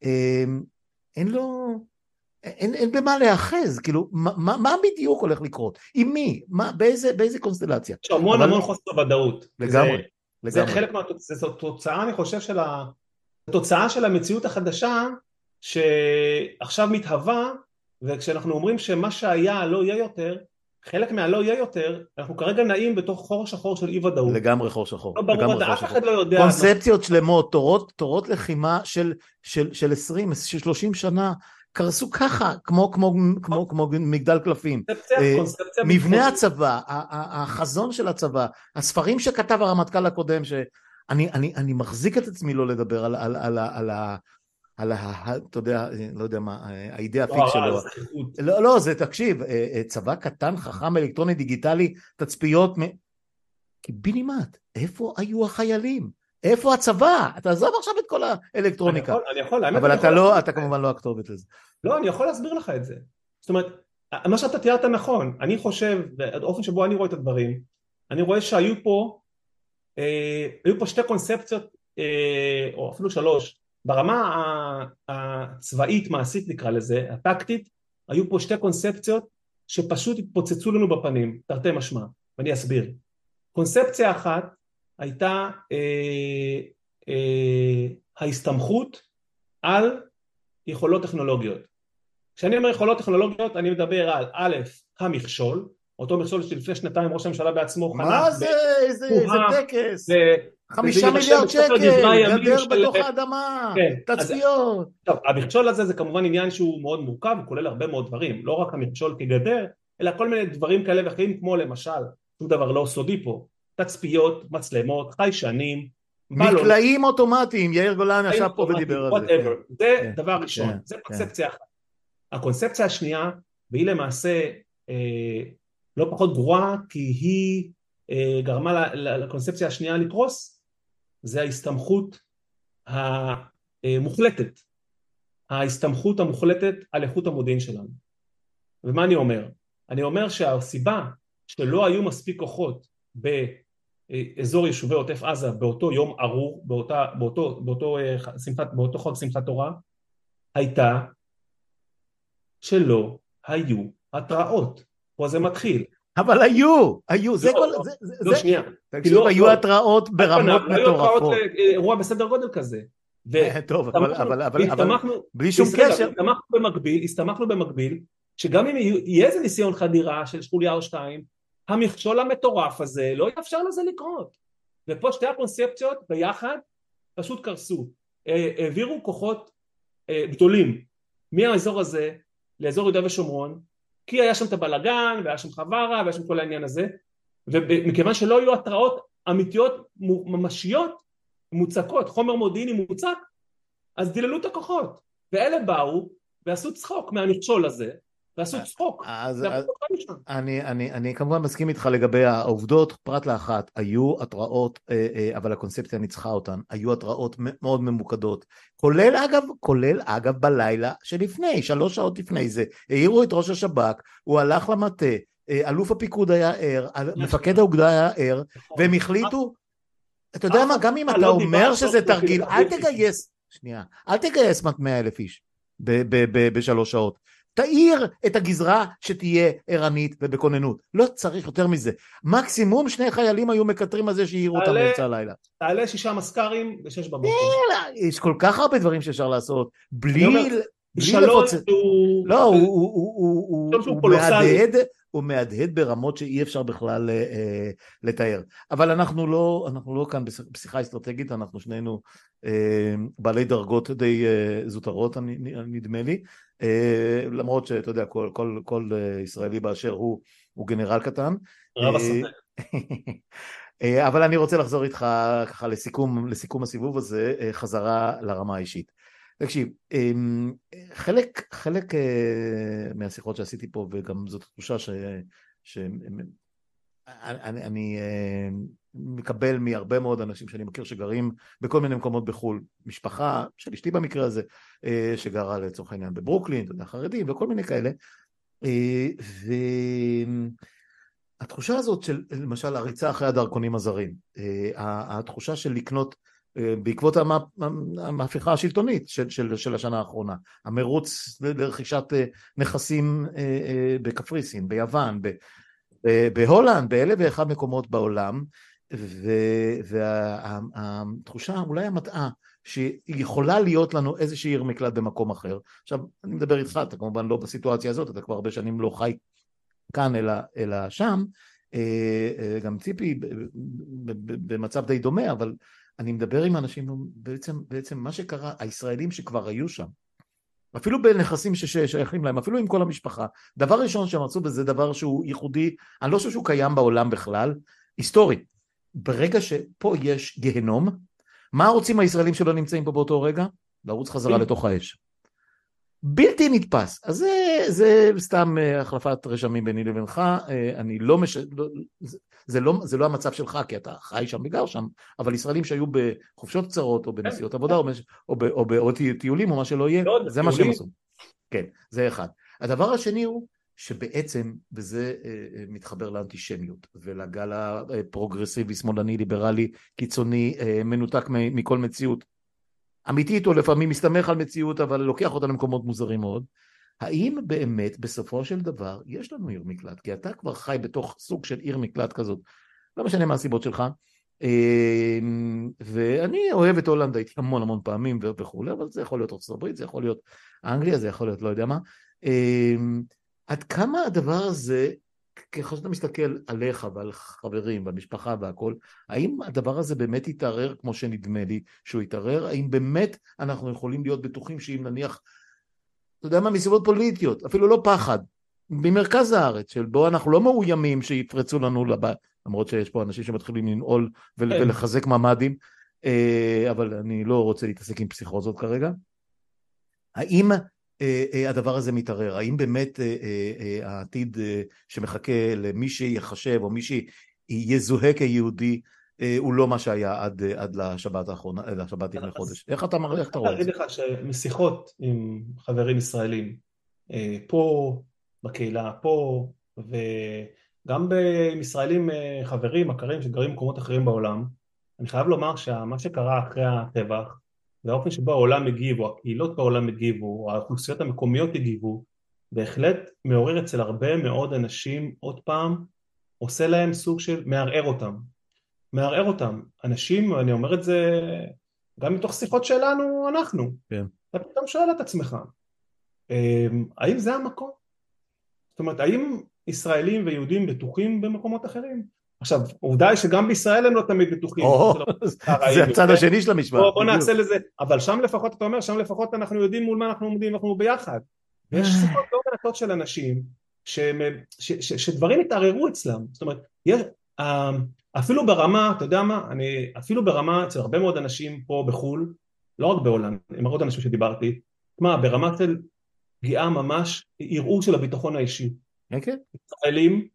אין במה להאחז, כאילו, מה בדיוק הולך לקרות? עם מי? באיזה קונסטלציה? יש המון חוסר ודאות. לגמרי. זה חלק זו תוצאה, אני חושב, התוצאה של המציאות החדשה, שעכשיו מתהווה, וכשאנחנו אומרים שמה שהיה לא יהיה יותר, חלק מהלא יהיה יותר, אנחנו כרגע נעים בתוך חור שחור של אי ודאות. לגמרי חור שחור. לא ברור, אף אחד לא יודע. קונספציות שלמות, תורות לחימה של 20, של 30 שנה, קרסו ככה, כמו מגדל קלפים. קונספציה מבנה הצבא, החזון של הצבא, הספרים שכתב הרמטכ"ל הקודם, שאני מחזיק את עצמי לא לדבר על אתה יודע, לא יודע מה, האידאה הפיק שלו. לא, זה תקשיב, צבא קטן, חכם, אלקטרוני, דיגיטלי, תצפיות, קיבינימט, איפה היו החיילים? איפה הצבא? אתה עזוב עכשיו את כל האלקטרוניקה. אני יכול, אבל אתה כמובן לא הכתובת לזה. לא, אני יכול להסביר לך את זה. זאת אומרת, מה שאתה תיארת נכון, אני חושב, באופן שבו אני רואה את הדברים, אני רואה שהיו פה שתי קונספציות, או אפילו שלוש, ברמה הצבאית מעשית נקרא לזה, הטקטית, היו פה שתי קונספציות שפשוט התפוצצו לנו בפנים, תרתי משמע, ואני אסביר. קונספציה אחת הייתה ההסתמכות על יכולות טכנולוגיות. כשאני אומר יכולות טכנולוגיות, אני מדבר על א', המכשול, אותו מכשול שלפני שנתיים ראש הממשלה בעצמו חנך. מה זה? איזה טקס? 5 מיליארד שקל, גדר בתוך האדמה, תצפיות. טוב, המכשול הזה זה כמובן עניין שהוא מאוד מורכב, הוא כולל הרבה מאוד דברים, לא רק המכשול כגדר, אלא כל מיני דברים כאלה ואחרים, כמו למשל, שום דבר לא סודי פה, תצפיות, מצלמות, חיישנים, מקלעים אוטומטיים, יאיר גולן ישב פה ודיבר על זה. זה דבר ראשון, זה קונספציה אחת. הקונספציה השנייה, והיא למעשה לא פחות גרועה, כי היא גרמה לקונספציה השנייה לקרוס, זה ההסתמכות המוחלטת, ההסתמכות המוחלטת על איכות המודיעין שלנו. ומה אני אומר? אני אומר שהסיבה שלא היו מספיק כוחות באזור יישובי עוטף עזה באותו יום ארור, באותו חג שמחת תורה, הייתה שלא היו התראות. פה זה מתחיל. אבל היו, זה כל... לא, שנייה. תקשיב, היו התראות ברמות מטורפות. אירוע בסדר גודל כזה. טוב, אבל בלי שום קשר. הסתמכנו במקביל, שגם אם יהיה איזה ניסיון חדירה של חוליה או שתיים, המכשול המטורף הזה לא יאפשר לזה לקרות. ופה שתי הקונספציות ביחד פשוט קרסו. העבירו כוחות גדולים מהאזור הזה לאזור יהודה ושומרון, כי היה שם את הבלגן, והיה שם חווארה, והיה שם כל העניין הזה, ומכיוון שלא היו התראות אמיתיות, ממשיות, מוצקות, חומר מודיעיני מוצק, אז דיללו את הכוחות, ואלה באו ועשו צחוק מהמכשול הזה, ועשו צחוק. אני כמובן מסכים איתך לגבי העובדות, פרט לאחת, היו התראות, אבל הקונספציה ניצחה אותן, היו התראות מאוד ממוקדות, כולל אגב בלילה שלפני, 3 שעות לפני זה, העירו את ראש השב"כ, הוא הלך למטה, אלוף הפיקוד היה ער, מפקד האוגדה היה ער, והם החליטו, אתה יודע מה, גם אם אתה אומר שזה תרגיל, אל תגייס 100,000 איש ב3 שעות, תאיר את הגזרה שתהיה ערנית ובכוננות, לא צריך יותר מזה, מקסימום 2 חיילים היו מקטרים על זה שהעירו אותם באמצע הלילה. תעלה 6 מזכ"רים ו6 בבוקר. יש כל כך הרבה דברים שאפשר לעשות, בלי לפוצץ. לא, הוא מהדהד ברמות שאי אפשר בכלל לתאר. אבל אנחנו לא כאן בשיחה אסטרטגית, אנחנו שנינו בעלי דרגות די זוטרות, נדמה לי, למרות שאתה יודע, כל ישראלי באשר הוא גנרל קטן. רב הסרטן. אבל אני רוצה לחזור איתך ככה לסיכום הסיבוב הזה, חזרה לרמה האישית. תקשיב, חלק מהשיחות שעשיתי פה, וגם זאת תחושה שאני מקבל מהרבה מאוד אנשים שאני מכיר שגרים בכל מיני מקומות בחול, משפחה של אשתי במקרה הזה, שגרה לצורך העניין בברוקלין, אתה יודע, חרדים וכל מיני כאלה, והתחושה הזאת של למשל הריצה אחרי הדרכונים הזרים, התחושה של לקנות בעקבות המהפכה השלטונית של השנה האחרונה, המרוץ לרכישת נכסים בקפריסין, ביוון, בהולנד, באלף ואחד מקומות בעולם, והתחושה אולי המטעה שיכולה להיות לנו איזושהי עיר מקלט במקום אחר. עכשיו אני מדבר איתך, אתה כמובן לא בסיטואציה הזאת, אתה כבר הרבה שנים לא חי כאן אלא שם, גם ציפי במצב די דומה, אבל אני מדבר עם אנשים, בעצם מה שקרה, הישראלים שכבר היו שם, אפילו בנכסים ששייכים להם, אפילו עם כל המשפחה. דבר ראשון שהם מצאו, וזה דבר שהוא ייחודי, אני לא חושב שהוא קיים בעולם בכלל, היסטורית. ברגע שפה יש גיהנום, מה רוצים הישראלים שלא נמצאים פה באותו רגע? לרוץ חזרה לתוך האש. בלתי נתפס. אז זה סתם החלפת רשמים ביני לבינך, אני לא זה לא המצב שלך, כי אתה חי שם וגר שם, אבל ישראלים שהיו בחופשות קצרות, או בנסיעות עבודה, או טיולים, או מה שלא יהיה, זה מה שהם עשו. כן, זה אחד. הדבר השני הוא, שבעצם, וזה מתחבר לאנטישמיות, ולגל הפרוגרסיבי, שמאלני, ליברלי, קיצוני, מנותק מכל מציאות, אמיתית, או לפעמים מסתמך על מציאות, אבל לוקח אותה למקומות מוזרים מאוד. האם באמת בסופו של דבר יש לנו עיר מקלט? כי אתה כבר חי בתוך סוג של עיר מקלט כזאת, לא משנה מה הסיבות שלך, ואני אוהב את הולנד, הייתי המון פעמים וכו', אבל זה יכול להיות ארצות הברית, זה יכול להיות אנגליה, זה יכול להיות לא יודע מה. עד כמה הדבר הזה, ככל שאתה מסתכל עליך ועל חברים ועל משפחה והכל, האם הדבר הזה באמת יתערער כמו שנדמה לי שהוא יתערער? האם באמת אנחנו יכולים להיות בטוחים שאם נניח, אתה יודע מה, מסיבות פוליטיות, אפילו לא פחד, במרכז הארץ, של בו אנחנו לא מאוימים שיפרצו לנו לבית, למרות שיש פה אנשים שמתחילים לנעול ולחזק ממדים, אבל אני לא רוצה להתעסק עם פסיכוזות כרגע. האם הדבר הזה מתערער? האם באמת העתיד שמחכה למי שיחשב או מי שיזוהה כיהודי הוא לא מה שהיה עד לשבת האחרונה, לשבת לפני חודש? איך אתה רואה את זה? אני אגיד לך שמשיחות עם חברים ישראלים פה בקהילה, פה, וגם עם ישראלים חברים, מכרים שגרים במקומות אחרים בעולם, אני חייב לומר שמה שקרה אחרי הטבח, והאופן שבו העולם הגיב, או הקהילות בעולם הגיבו, או האוכלוסיות המקומיות הגיבו, בהחלט מעורר אצל הרבה מאוד אנשים עוד פעם, עושה להם סוג של מערער אותם. אנשים, אני אומר את זה גם מתוך שיחות שלנו אנחנו, כן. אתה פתאום שואל את עצמך, האם זה המקום? זאת אומרת, האם ישראלים ויהודים בטוחים במקומות אחרים? עכשיו, עובדה היא שגם בישראל הם לא תמיד בטוחים. זה הצד השני של המשוואה. בוא נעשה לזה, אבל שם לפחות, אתה אומר, שם לפחות אנחנו יודעים מול מה אנחנו עומדים, אנחנו ביחד. ויש שיחות לא מעטות של אנשים, שדברים התערערו אצלם. זאת אומרת, אפילו ברמה, אתה יודע מה, אפילו ברמה אצל הרבה מאוד אנשים פה בחול, לא רק בהולנד, עם עוד אנשים שדיברתי, ברמה של פגיעה ממש, ערעור של הביטחון האישי. ישראלים,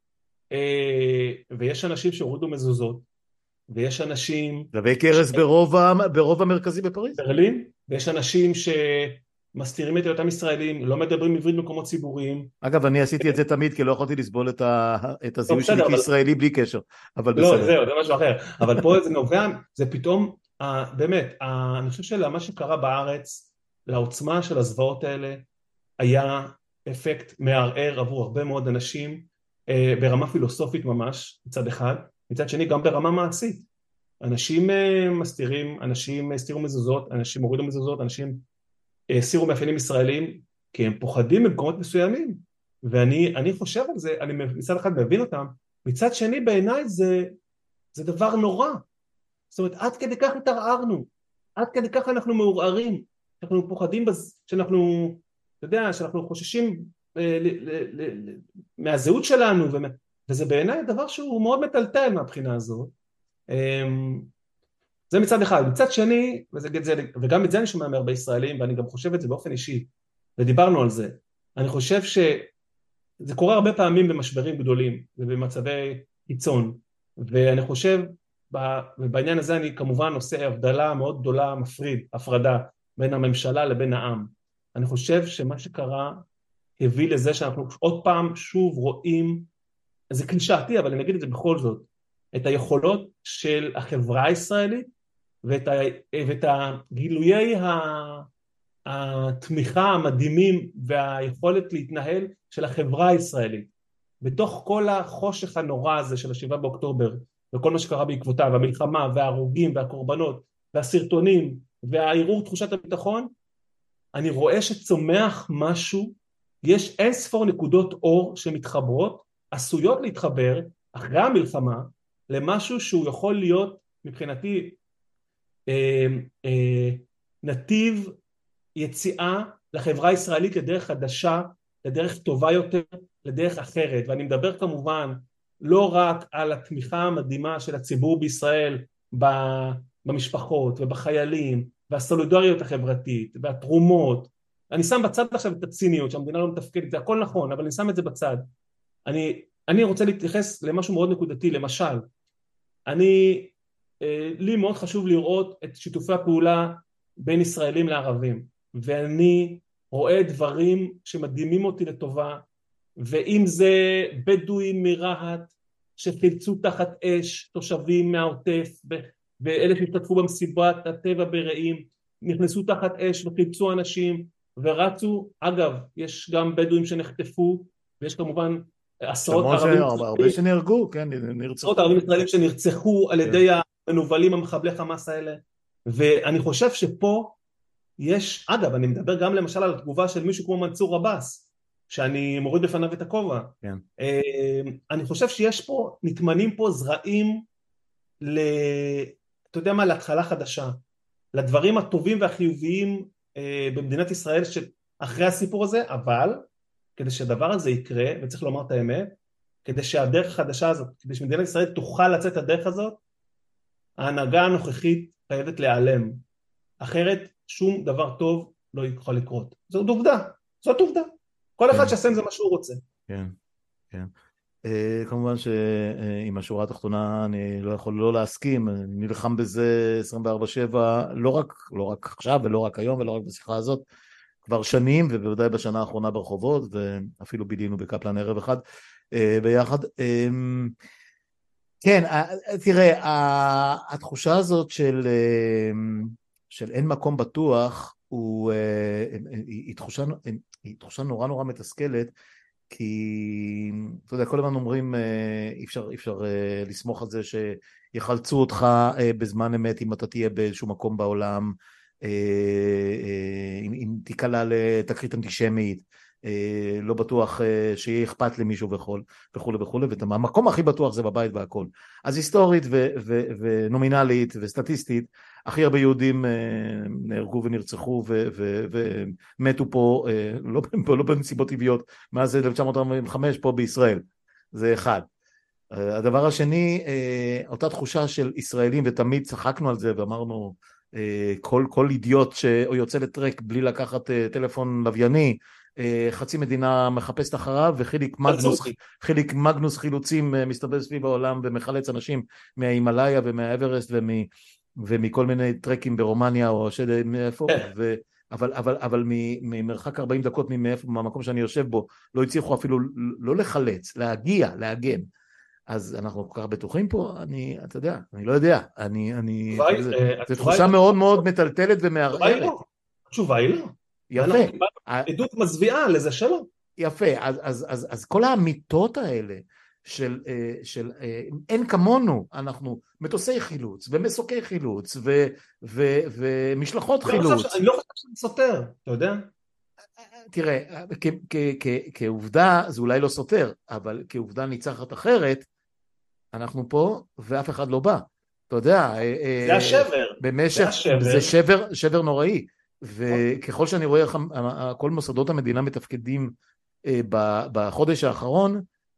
ויש אנשים שהורידו מזוזות, ויש אנשים... דבי קרס ברוב המרכזי בפריז. ברלין, ויש אנשים שמסתירים את אותם ישראלים, לא מדברים עברית במקומות ציבוריים. אגב, אני עשיתי את זה תמיד, כי לא יכולתי לסבול את הזיהוי שלי כישראלי בלי קשר. אבל בסדר. לא, זהו, זה משהו אחר. אבל פה זה נובע, זה פתאום, באמת, אני חושב שמה שקרה בארץ, לעוצמה של הזוועות האלה, היה אפקט מערער עבור הרבה מאוד אנשים, ברמה פילוסופית ממש, מצד אחד, מצד שני גם ברמה מעשית. אנשים מסתירים, אנשים הסתירו מזוזות, אנשים הורידו מזוזות, אנשים הסירו מאפיינים ישראלים, כי הם פוחדים במקומות מסוימים, ואני חושב על זה, אני מצד אחד מבין אותם, מצד שני בעיניי זה דבר נורא. זאת אומרת, עד כדי כך התערערנו, עד כדי כך אנחנו מעורערים, אנחנו פוחדים שאנחנו, אתה יודע, שאנחנו חוששים מהזהות שלנו, וזה בעיניי דבר שהוא מאוד מטלטל מהבחינה הזאת. זה מצד אחד. מצד שני, וגם את זה אני שומע מהרבה ישראלים, ואני גם חושב את זה באופן אישי, ודיברנו על זה, אני חושב שזה קורה הרבה פעמים במשברים גדולים, ובמצבי קיצון, ואני חושב, ובעניין הזה אני כמובן עושה הבדלה מאוד גדולה, הפרדה, בין הממשלה לבין העם. אני חושב שמה שקרה, הביא לזה שאנחנו עוד פעם שוב רואים, זה קלישאתי, אבל אני אגיד את זה בכל זאת, את היכולות של החברה הישראלית, ואת הגילויי התמיכה המדהימים, והיכולת להתנהל של החברה הישראלית, בתוך כל החושך הנורא הזה של 7 באוקטובר, וכל מה שקרה בעקבותיו, המלחמה וההרוגים והקורבנות, והסרטונים, והערעור תחושת הביטחון, אני רואה שצומח משהו, יש אין ספור נקודות אור שמתחברות, עשויות להתחבר אחרי המלחמה, למשהו שהוא יכול להיות מבחינתי נתיב יציאה לחברה הישראלית לדרך חדשה, לדרך טובה יותר, לדרך אחרת. ואני מדבר כמובן לא רק על התמיכה המדהימה של הציבור בישראל במשפחות ובחיילים והסולידריות החברתית והתרומות. אני שם בצד עכשיו את הציניות שהמדינה לא מתפקדת, זה הכל נכון, אבל אני שם את זה בצד. אני רוצה להתייחס למשהו מאוד נקודתי. למשל, לי מאוד חשוב לראות את שיתופי הפעולה בין ישראלים לערבים, ואני רואה דברים שמדהימים אותי לטובה, ואם זה בדואים מרהט שחילצו תחת אש תושבים מהעוטף, ואלה שהשתתפו במסיבת הטבע ברעים נכנסו תחת אש וחילצו אנשים ורצו. אגב, יש גם בדואים שנחטפו, ויש כמובן עשרות הרבה שנהרגו, כן, נרצחו. עשרות ערבים ישראלים שנרצחו על ידי המנובלים המחבלי חמאס האלה. ואני חושב שפה יש, אגב, אני מדבר גם למשל על התגובה של מישהו כמו מנסור עבאס, שאני מוריד בפניו את הכובע. כן. אני חושב שיש פה, נטמנים פה זרעים אתה יודע מה, להתחלה חדשה, לדברים הטובים והחיוביים במדינת ישראל אחרי הסיפור הזה. אבל כדי שהדבר הזה יקרה, וצריך לומר את האמת, כדי שהדרך החדשה הזאת, כדי שמדינת ישראל תוכל לצאת הדרך הזאת, ההנהגה הנוכחית חייבת להיעלם, אחרת שום דבר טוב לא יוכל לקרות. זאת עובדה, זאת עובדה. כל אחד שעשה עם זה מה שהוא רוצה. כן, כן. כמובן שעם השורה התחתונה אני לא יכול לא להסכים, אני נלחם בזה 24/7, לא רק עכשיו ולא רק היום ולא רק בשיחה הזאת, כבר שנים, ובוודאי בשנה האחרונה ברחובות, ואפילו בילינו בקפלן ערב אחד ביחד. כן, תראה, התחושה הזאת של אין מקום בטוח, היא תחושה נורא נורא מתסכלת, כי אתה יודע, כל הזמן אומרים אי אפשר לסמוך על זה שיחלצו אותך בזמן אמת אם אתה תהיה באיזשהו מקום בעולם, אם תיקלה לתקרית אנטישמית, לא בטוח שיהיה אכפת למישהו וכו' וכו', והמקום הכי בטוח זה בבית והכל. אז היסטורית ונומינלית וסטטיסטית, הכי הרבה יהודים נהרגו ונרצחו ומתו פה, לא בנסיבות טבעיות, מאז 1945 פה בישראל. זה אחד. הדבר השני, אותה תחושה של ישראלים, ותמיד צחקנו על זה ואמרנו, כל אידיוט שיוצא לטרק בלי לקחת טלפון לווייני, חצי מדינה מחפשת אחריו, וחיליק מגנוס חילוצים מסתובב סביב העולם ומחלץ אנשים מההימאליה ומהאברסט ומכל מיני טרקים ברומניה או מאיפה, אבל ממרחק 40 דקות מהמקום שאני יושב בו לא הצליחו אפילו לא לחלץ, להגן. אז אנחנו כל כך בטוחים פה, אתה יודע, אני לא יודע, זו תחושה מאוד מאוד מטלטלת ומערערת. התשובה היא לא. יפה. עדות מזוויעה לזה שלא. יפה, אז כל האמיתות האלה של אין כמונו, אנחנו מטוסי חילוץ ומסוקי חילוץ ומשלחות חילוץ. אני לא חושב שאני סותר, אתה יודע? תראה, כעובדה זה אולי לא סותר, אבל כעובדה ניצחת אחרת, אנחנו פה ואף אחד לא בא. אתה יודע, זה השבר. זה שבר נוראי. וככל שאני רואה כל מוסדות המדינה מתפקדים בחודש האחרון,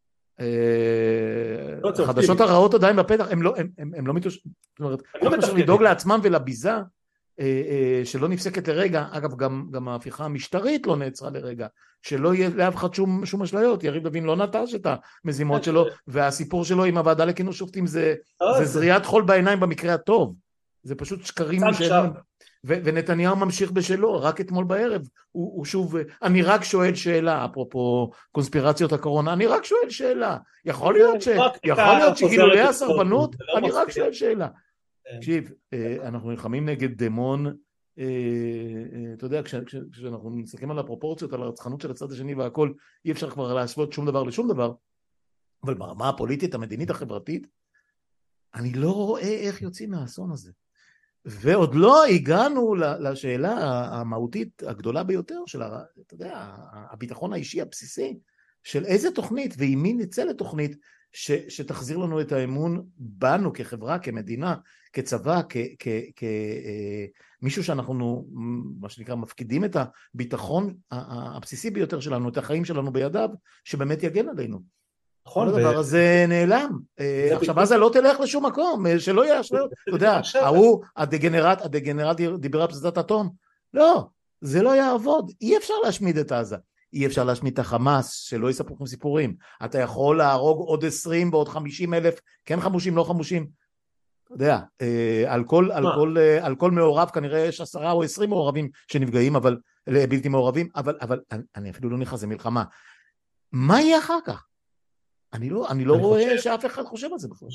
החדשות הרעות עדיין בפתח, הם לא מתושבים, זאת אומרת, הם צריכים לדאוג לעצמם ולביזה שלא נפסקת לרגע. אגב, גם ההפיכה המשטרית לא נעצרה לרגע, שלא יהיה לאף אחד שום אשליות. יריב לוין לא נטש את המזימות שלו, והסיפור שלו עם הוועדה לכינוס שופטים זה זריית חול בעיניים במקרה הטוב, זה פשוט שקרים שאין. ונתניהו ממשיך בשלו. רק אתמול בערב הוא שוב, אני רק שואל שאלה, אפרופו קונספירציות הקורונה, אני רק שואל שאלה, יכול להיות שגילויי הסרבנות, אני רק שואל שאלה. תקשיב, אנחנו נלחמים נגד דמון, אתה יודע, כשאנחנו מסתכלים על הפרופורציות, על הרצחנות של הצד השני והכל, אי אפשר כבר להשוות שום דבר לשום דבר, אבל ברמה הפוליטית, המדינית, החברתית, אני לא רואה איך יוצאים מהאסון הזה. ועוד לא הגענו לשאלה המהותית הגדולה ביותר של, אתה יודע, הביטחון האישי הבסיסי, של איזה תוכנית, ועם מי נצא לתוכנית שתחזיר לנו את האמון בנו כחברה, כמדינה, כצבא, כמישהו שאנחנו, מה שנקרא, מפקידים את הביטחון הבסיסי ביותר שלנו, את החיים שלנו בידיו, שבאמת יגן עלינו. כל הדבר הזה נעלם. עכשיו עזה לא תלך לשום מקום, שלא יהיה אשליות. אתה יודע, ההוא, הדגנרט דיבר על פצצת אטום. לא, זה לא יעבוד. אי אפשר להשמיד את עזה. אי אפשר להשמיד את החמאס, שלא יספרו לכם סיפורים. אתה יכול להרוג עוד 20 ועוד 50 אלף, כן חמושים, לא חמושים. אתה יודע, על כל מעורב כנראה יש 10 או 20 מעורבים שנפגעים, אבל בלתי מעורבים, אבל אני אפילו לא נכנס למלחמה. מה יהיה אחר כך? אני לא רואה שאף אחד חושב על זה בכלל.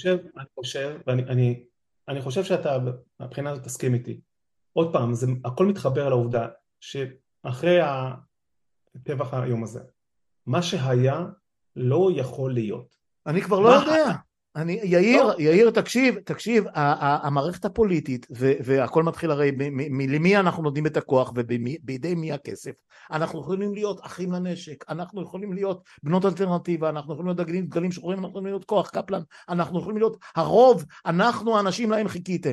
אני חושב שאתה מבחינה הזאת תסכים איתי. עוד פעם, הכל מתחבר על העובדה שאחרי הטבח היום הזה, מה שהיה לא יכול להיות. אני כבר לא יודע. יאיר, תקשיב, המערכת הפוליטית, והכל מתחיל הרי, למי אנחנו נותנים את הכוח, ובידי מי הכסף. אנחנו יכולים להיות אחים לנשק, אנחנו יכולים להיות בנות אלטרנטיבה, אנחנו יכולים להיות דגלים שחורים, אנחנו יכולים להיות כוח קפלן, אנחנו יכולים להיות הרוב, אנחנו האנשים להם חיכיתם.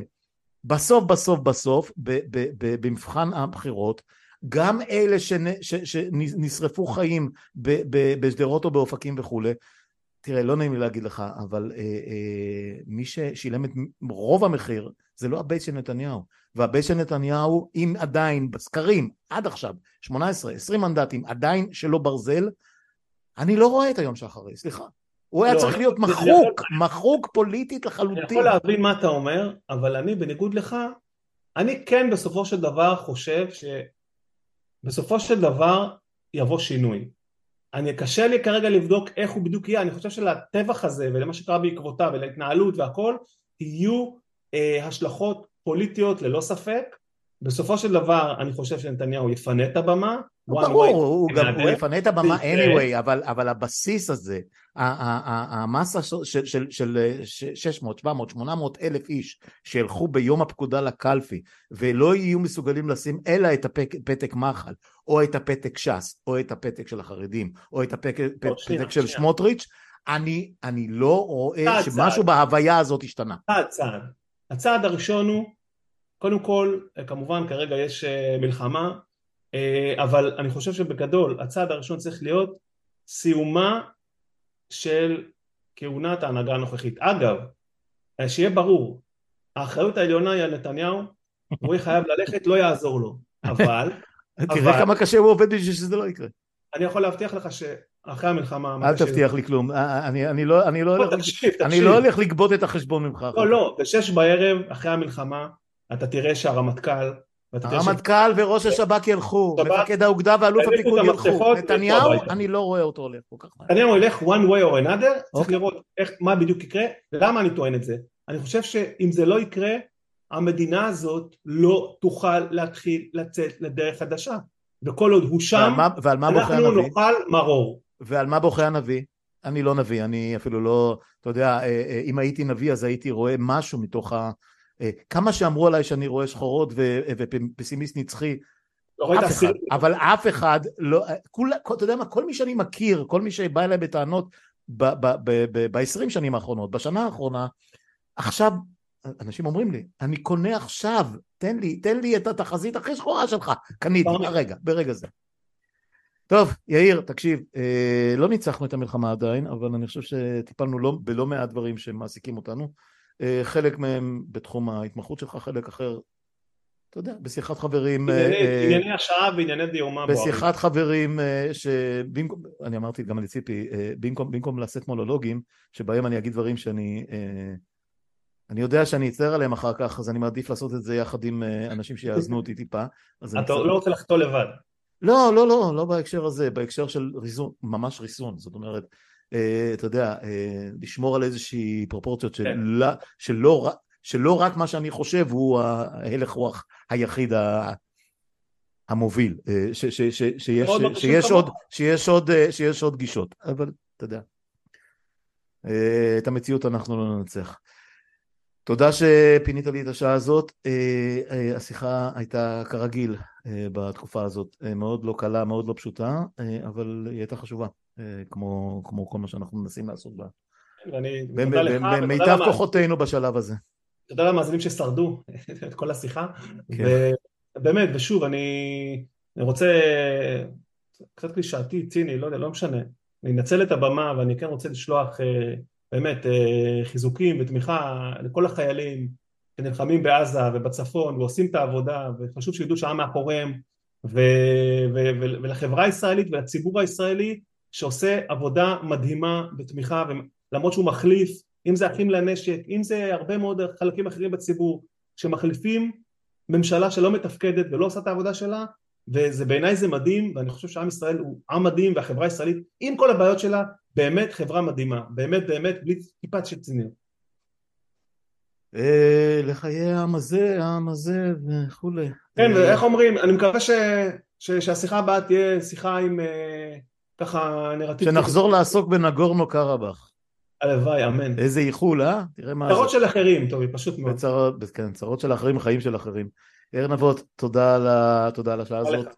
בסוף, במבחן הבחירות, גם אלה שנשרפו חיים בשדרות או באופקים וכו', תראה, לא נעים לי להגיד לך, אבל מי ששילם את רוב המחיר, זה לא הבית של נתניהו. והבית של נתניהו, אם עדיין בסקרים, עד עכשיו, 18, 20 מנדטים, עדיין שלא ברזל, אני לא רואה את היום שאחרי, סליחה. הוא היה צריך להיות מחוק פוליטית לחלוטין. אני יכול להבין מה אתה אומר, אבל אני בניגוד לך, אני כן בסופו של דבר חושב שבסופו של דבר יבוא שינוי. קשה לי כרגע לבדוק איך הוא בדיוק יהיה, אני חושב שלטבח הזה ולמה שקרה בעקבותיו ולהתנהלות והכל, יהיו השלכות פוליטיות ללא ספק. בסופו של דבר אני חושב שנתניהו יפנה את הבמה. ברור, הוא יפנה את הבמה anyway, אבל הבסיס הזה, המסה של 600, 700, 800 אלף איש שהלכו ביום הפקודה לקלפי ולא יהיו מסוגלים לשים אלא את הפתק מחל או את הפתק ש"ס או את הפתק של החרדים או את הפתק של שמוטריץ', אני לא רואה שמשהו בהוויה הזאת השתנה. הצעד הראשון הוא, קודם כל, כמובן כרגע יש מלחמה, אבל אני חושב שבגדול הצעד הראשון צריך להיות סיומה של כהונת ההנהגה הנוכחית. אגב, שיהיה ברור, האחריות העליונה היא על נתניהו, הוא יהיה חייב ללכת, לא יעזור לו, אבל תראה כמה קשה הוא עובד בשביל שזה לא יקרה. אני יכול להבטיח לך שאחרי המלחמה... אל תבטיח לי כלום, אני לא הולך לגבות את החשבון ממך. לא, ב6 בערב אחרי המלחמה אתה תראה שהרמטכ"ל וראש השב"כ ילכו, מפקד האוגדה ואלוף הפיקוד ילכו. נתניהו, אני לא רואה אותו הולך כל כך מהר. נתניהו ילך one way or another, צריך לראות מה בדיוק יקרה. למה אני טוען את זה? אני חושב שאם זה לא יקרה, המדינה הזאת לא תוכל להתחיל לצאת לדרך חדשה. וכל עוד הוא שם, אנחנו נוכל מרור. ועל מה בוכה הנביא? אני לא נביא, אני אפילו לא, אתה יודע, אם הייתי נביא אז הייתי רואה משהו מתוך כמה שאמרו עליי שאני רואה שחורות ופסימיסט נצחי, אבל אף אחד לא, אתה יודע מה, כל מי שאני מכיר, כל מי שבא אליי בטענות ב-20 שנים האחרונות, בשנה האחרונה, עכשיו אנשים אומרים לי, אני קונה עכשיו, תן לי את התחזית הכי שחורה שלך, קניתי, ברגע זה. טוב, יאיר, תקשיב, לא ניצחנו את המלחמה עדיין, אבל אני חושב שטיפלנו בלא מעט דברים שמעסיקים אותנו, חלק מהם בתחום ההתמחות שלך, חלק אחר, אתה יודע, בשיחת חברים, ענייני השעה וענייני דיומה, בשיחת חברים, אני אמרתי גם לציפי, במקום לעשות מונולוגים, שבהם אני אגיד דברים אני יודע שאני אצטער עליהם אחר כך, אז אני מעדיף לעשות את זה יחד עם אנשים שיאזנו אותי טיפה. אתה לא רוצה לחתול לבד. לא בהקשר הזה, בהקשר של ריסון, ממש ריסון, זאת אומרת, אתה יודע, לשמור על איזושהי פרופורציות שלא רק מה שאני חושב הוא ההלך רוח היחיד המוביל, שיש עוד גישות, אבל אתה יודע, את המציאות אנחנו לא ננצח. תודה שפינית לי את השעה הזאת, השיחה הייתה כרגיל בתקופה הזאת, מאוד לא קלה, מאוד לא פשוטה, אבל היא הייתה חשובה, כמו כל מה שאנחנו מנסים לעשות בה. ואני מודה לך, במיטב כוחותינו בשלב הזה. תודה למאזינים ששרדו את כל השיחה, כן. ובאמת, ושוב, אני רוצה, קצת קלישאתי, ציני, לא יודע, לא משנה, אני אנצל את הבמה, ואני כן רוצה לשלוח באמת חיזוקים ותמיכה לכל החיילים שנלחמים בעזה ובצפון ועושים את העבודה, וחשוב שידעו שעה מאחוריהם, ולחברה הישראלית ולציבור הישראלי שעושה עבודה מדהימה בתמיכה, למרות שהוא מחליף, אם זה אחים לנשק, אם זה הרבה מאוד חלקים אחרים בציבור, שמחליפים ממשלה שלא מתפקדת ולא עושה את העבודה שלה, וזה בעיניי זה מדהים, ואני חושב שעם ישראל הוא עם מדהים, והחברה הישראלית עם כל הבעיות שלה באמת חברה מדהימה, באמת באמת בלי טיפת של ציניות. לחיי העם הזה וכולי. כן, ואיך אומרים, אני מקווה שהשיחה הבאה תהיה שיחה עם ככה נרטיב. שנחזור לעסוק בנגורנו קרבאך. הלוואי, אמן. איזה איחול, תראה מה זה. צרות של אחרים, טוב, פשוט מאוד. כן, צרות של אחרים, חיים של אחרים. ערן אבות, תודה על השעה הזאת,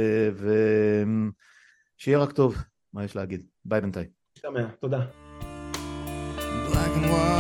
ושיהיה רק טוב, מה יש להגיד. ביי בינתיים. תודה. Black and white